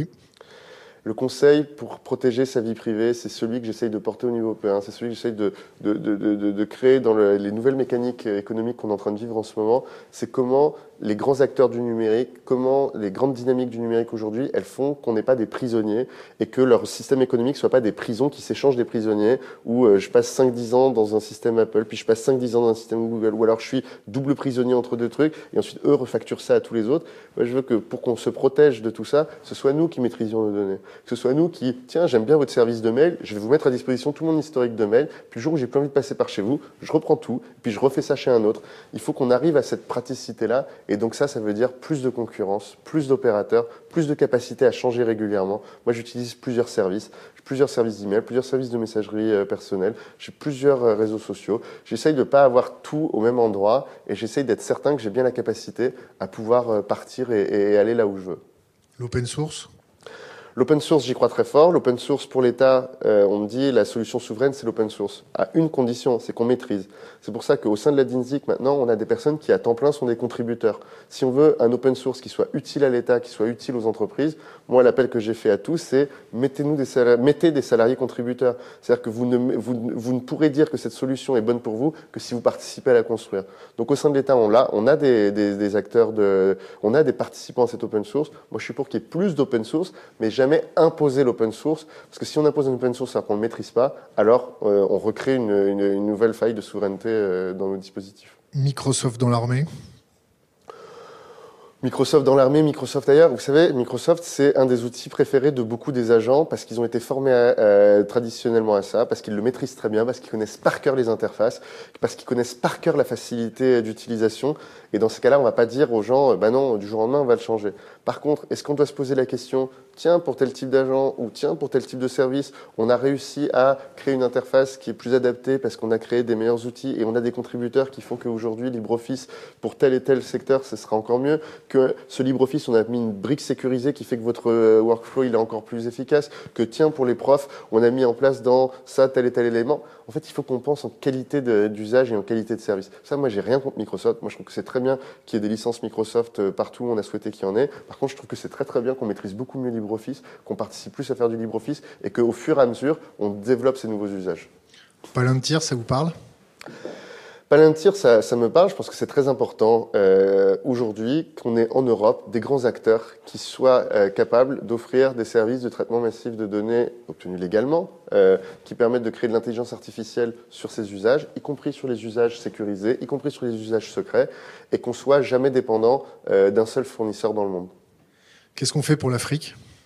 Le conseil pour protéger sa vie privée, c'est celui que j'essaye de porter au niveau européen. C'est celui que j'essaye de, de, de, de, de créer dans le, les nouvelles mécaniques économiques qu'on est en train de vivre en ce moment. C'est comment les grands acteurs du numérique, comment les grandes dynamiques du numérique aujourd'hui, elles font qu'on n'est pas des prisonniers et que leur système économique ne soit pas des prisons qui s'échangent des prisonniers où euh, je passe cinq dix ans dans un système Apple, puis je passe cinq dix ans dans un système Google, ou alors je suis double prisonnier entre deux trucs et ensuite eux refacturent ça à tous les autres. Moi, je veux que pour qu'on se protège de tout ça, ce soit nous qui maîtrisions nos données. Que ce soit nous qui, tiens, j'aime bien votre service de mail, je vais vous mettre à disposition tout mon historique de mail, puis le jour où j'ai plus envie de passer par chez vous, je reprends tout, puis je refais ça chez un autre. Il faut qu'on arrive à cette praticité-là, et donc ça, ça veut dire plus de concurrence, plus d'opérateurs, plus de capacité à changer régulièrement. Moi, j'utilise plusieurs services, plusieurs services d'email, plusieurs services de messagerie euh, personnelle, j'ai plusieurs euh, réseaux sociaux. J'essaye de ne pas avoir tout au même endroit, et j'essaye d'être certain que j'ai bien la capacité à pouvoir euh, partir et, et aller là où je veux. L'open source ? L'open source, j'y crois très fort. L'open source pour l'État, euh, on me dit la solution souveraine, c'est l'open source. À une condition, c'est qu'on maîtrise. C'est pour ça qu'au sein de la DINSIC, maintenant, on a des personnes qui, à temps plein, sont des contributeurs. Si on veut un open source qui soit utile à l'État, qui soit utile aux entreprises, moi, l'appel que j'ai fait à tous, c'est mettez-nous des salariés, mettez des salariés contributeurs. C'est-à-dire que vous ne, vous, vous ne pourrez dire que cette solution est bonne pour vous que si vous participez à la construire. Donc, au sein de l'État, on l'a, on a des, des, des acteurs de, on a des participants à cette open source. Moi, je suis pour qu'il y ait plus d'open source, mais jamais jamais imposer l'open source, parce que si on impose un open source alors qu'on ne le maîtrise pas, alors euh, on recrée une, une, une nouvelle faille de souveraineté euh, dans nos dispositifs. Microsoft dans l'armée ? Microsoft dans l'armée, Microsoft ailleurs. Vous savez, Microsoft, c'est un des outils préférés de beaucoup des agents parce qu'ils ont été formés à, euh, traditionnellement à ça, parce qu'ils le maîtrisent très bien, parce qu'ils connaissent par cœur les interfaces, parce qu'ils connaissent par cœur la facilité d'utilisation. Et dans ces cas-là, on ne va pas dire aux gens, bah non, du jour au lendemain, on va le changer. Par contre, est-ce qu'on doit se poser la question, tiens, pour tel type d'agent ou tiens, pour tel type de service, on a réussi à créer une interface qui est plus adaptée parce qu'on a créé des meilleurs outils et on a des contributeurs qui font qu'aujourd'hui, LibreOffice, pour tel et tel secteur, ce sera encore mieux. Que ce LibreOffice, on a mis une brique sécurisée qui fait que votre workflow, il est encore plus efficace. Que tiens, pour les profs, on a mis en place dans ça tel et tel élément. En fait, il faut qu'on pense en qualité de, d'usage et en qualité de service. Ça, moi, j'ai rien contre Microsoft. Moi, je trouve que c'est très bien qu'il y ait des licences Microsoft partout où on a souhaité qu'il y en ait. Par contre, je trouve que c'est très très bien qu'on maîtrise beaucoup mieux LibreOffice, qu'on participe plus à faire du LibreOffice et qu'au fur et à mesure, on développe ces nouveaux usages. Palantir, ça vous parle ? Palantir, ça, ça me parle, je pense que c'est très important euh, aujourd'hui qu'on ait en Europe des grands acteurs qui soient euh, capables d'offrir des services de traitement massif de données obtenus légalement, euh, qui permettent de créer de l'intelligence artificielle sur ces usages, y compris sur les usages sécurisés, y compris sur les usages secrets, et qu'on soit jamais dépendant euh, d'un seul fournisseur dans le monde. Qu'est-ce qu'on fait pour l'Afrique ?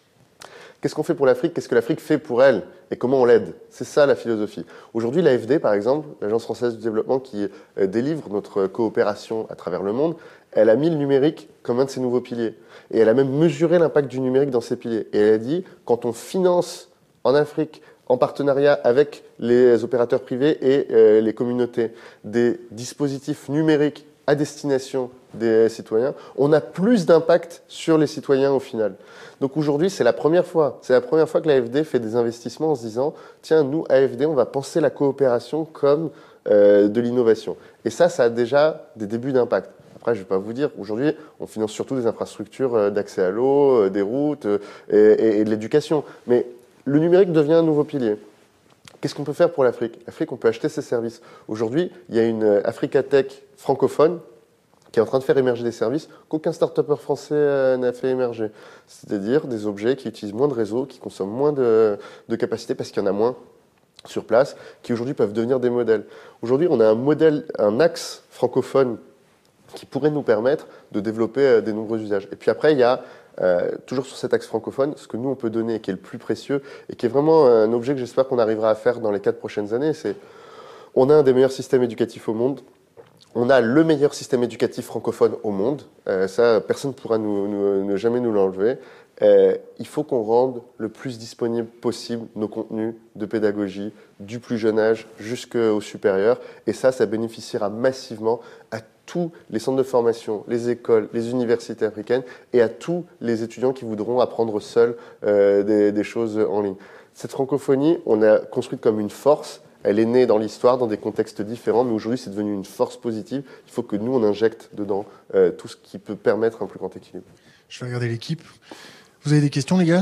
Qu'est-ce qu'on fait pour l'Afrique? Qu'est-ce que l'Afrique fait pour elle? Et comment on l'aide? C'est ça la philosophie. Aujourd'hui, l'A F D, par exemple, l'Agence française du développement qui euh, délivre notre coopération à travers le monde, elle a mis le numérique comme un de ses nouveaux piliers. Et elle a même mesuré l'impact du numérique dans ses piliers. Et elle a dit, quand on finance en Afrique, en partenariat avec les opérateurs privés et euh, les communautés, des dispositifs numériques à destination des citoyens, on a plus d'impact sur les citoyens au final. Donc aujourd'hui, c'est la première fois. C'est la première fois que l'A F D fait des investissements en se disant « Tiens, nous, A F D, on va penser la coopération comme euh, de l'innovation. » Et ça, ça a déjà des débuts d'impact. Après, je ne vais pas vous dire, aujourd'hui, on finance surtout des infrastructures d'accès à l'eau, des routes et, et, et de l'éducation. Mais le numérique devient un nouveau pilier. Qu'est-ce qu'on peut faire pour l'Afrique? L'Afrique, on peut acheter ses services. Aujourd'hui, il y a une Africa Tech francophone qui est en train de faire émerger des services qu'aucun start-upper français n'a fait émerger. C'est-à-dire des objets qui utilisent moins de réseaux, qui consomment moins de, de capacité parce qu'il y en a moins sur place, qui aujourd'hui peuvent devenir des modèles. Aujourd'hui, on a un modèle, un axe francophone qui pourrait nous permettre de développer des nombreux usages. Et puis après, il y a Euh, toujours sur cet axe francophone, ce que nous on peut donner et qui est le plus précieux et qui est vraiment un objet que j'espère qu'on arrivera à faire dans les quatre prochaines années, c'est on a un des meilleurs systèmes éducatifs au monde, on a le meilleur système éducatif francophone au monde, euh, ça personne ne pourra nous, nous, nous, jamais nous l'enlever. Euh, il faut qu'on rende le plus disponible possible nos contenus de pédagogie du plus jeune âge jusqu'au supérieur et ça, ça bénéficiera massivement à tous les centres de formation, les écoles, les universités africaines et à tous les étudiants qui voudront apprendre seuls euh, des, des choses en ligne. Cette francophonie, on l'a construite comme une force. Elle est née dans l'histoire, dans des contextes différents, mais aujourd'hui, c'est devenu une force positive. Il faut que nous, on injecte dedans euh, tout ce qui peut permettre un plus grand équilibre. Je vais regarder l'équipe. Vous avez des questions, les gars?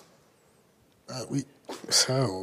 Ah oui, ça... Oh.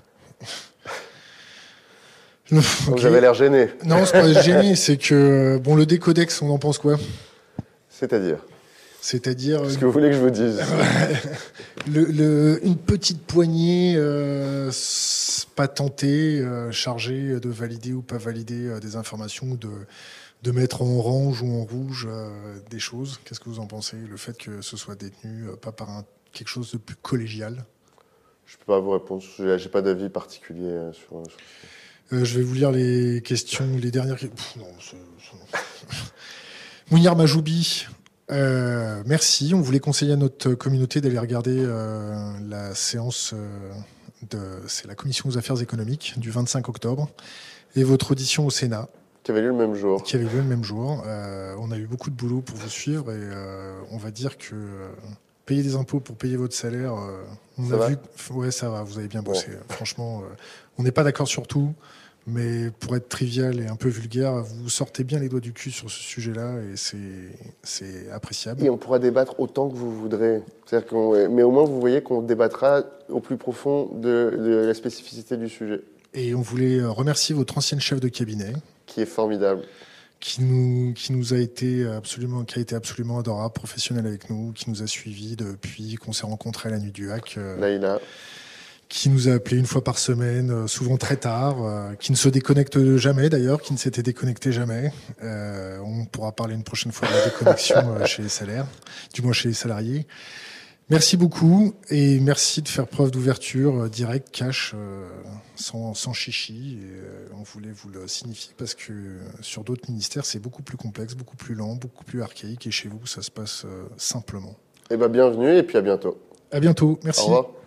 Okay. Vous avez l'air gêné. Non, c'est pas gêné, c'est que bon, le décodex, on en pense quoi? C'est-à-dire C'est-à-dire. Ce que vous voulez que je vous dise. le, le, une petite poignée euh, patentée, euh, chargée de valider ou pas valider euh, des informations, de, de mettre en orange ou en rouge euh, des choses. Qu'est-ce que vous en pensez? Le fait que ce soit détenu euh, pas par un, quelque chose de plus collégial? Je peux pas vous répondre. J'ai, j'ai pas d'avis particulier sur. sur... Euh, je vais vous lire les questions, les dernières. Pff, non, c'est, c'est... Mounir Majoubi, euh, merci. On voulait conseiller à notre communauté d'aller regarder euh, la séance euh, de, c'est la Commission aux affaires économiques du vingt-cinq octobre et votre audition au Sénat. Qui avait lieu le même jour. Qui avait lieu le même jour. Euh, on a eu beaucoup de boulot pour vous suivre et euh, on va dire que euh, payer des impôts pour payer votre salaire, euh, on ça a va vu. Ouais, ça va. Vous avez bien bossé. Bon. Franchement, euh, on n'est pas d'accord sur tout. Mais pour être trivial et un peu vulgaire, vous sortez bien les doigts du cul sur ce sujet-là et c'est, c'est appréciable. Et on pourra débattre autant que vous voudrez. C'est-à-dire qu'on, mais au moins, vous voyez qu'on débattra au plus profond de, de la spécificité du sujet. Et on voulait remercier votre ancienne chef de cabinet. Qui est formidable. Qui nous, qui nous a été absolument, qui a été absolument adorable, professionnel avec nous, qui nous a suivis depuis qu'on s'est rencontrés à la Nuit du Hack. Laïla. Qui nous a appelé une fois par semaine, souvent très tard, euh, qui ne se déconnecte jamais d'ailleurs, qui ne s'était déconnecté jamais. Euh, on pourra parler une prochaine fois de la déconnexion euh, chez les salaires, du moins chez les salariés. Merci beaucoup et merci de faire preuve d'ouverture euh, directe, cash, euh, sans, sans chichi. Et, euh, on voulait vous le signifier parce que euh, sur d'autres ministères, c'est beaucoup plus complexe, beaucoup plus lent, beaucoup plus archaïque et chez vous, ça se passe euh, simplement. Eh ben, bienvenue et puis à bientôt. À bientôt. Merci. Au revoir.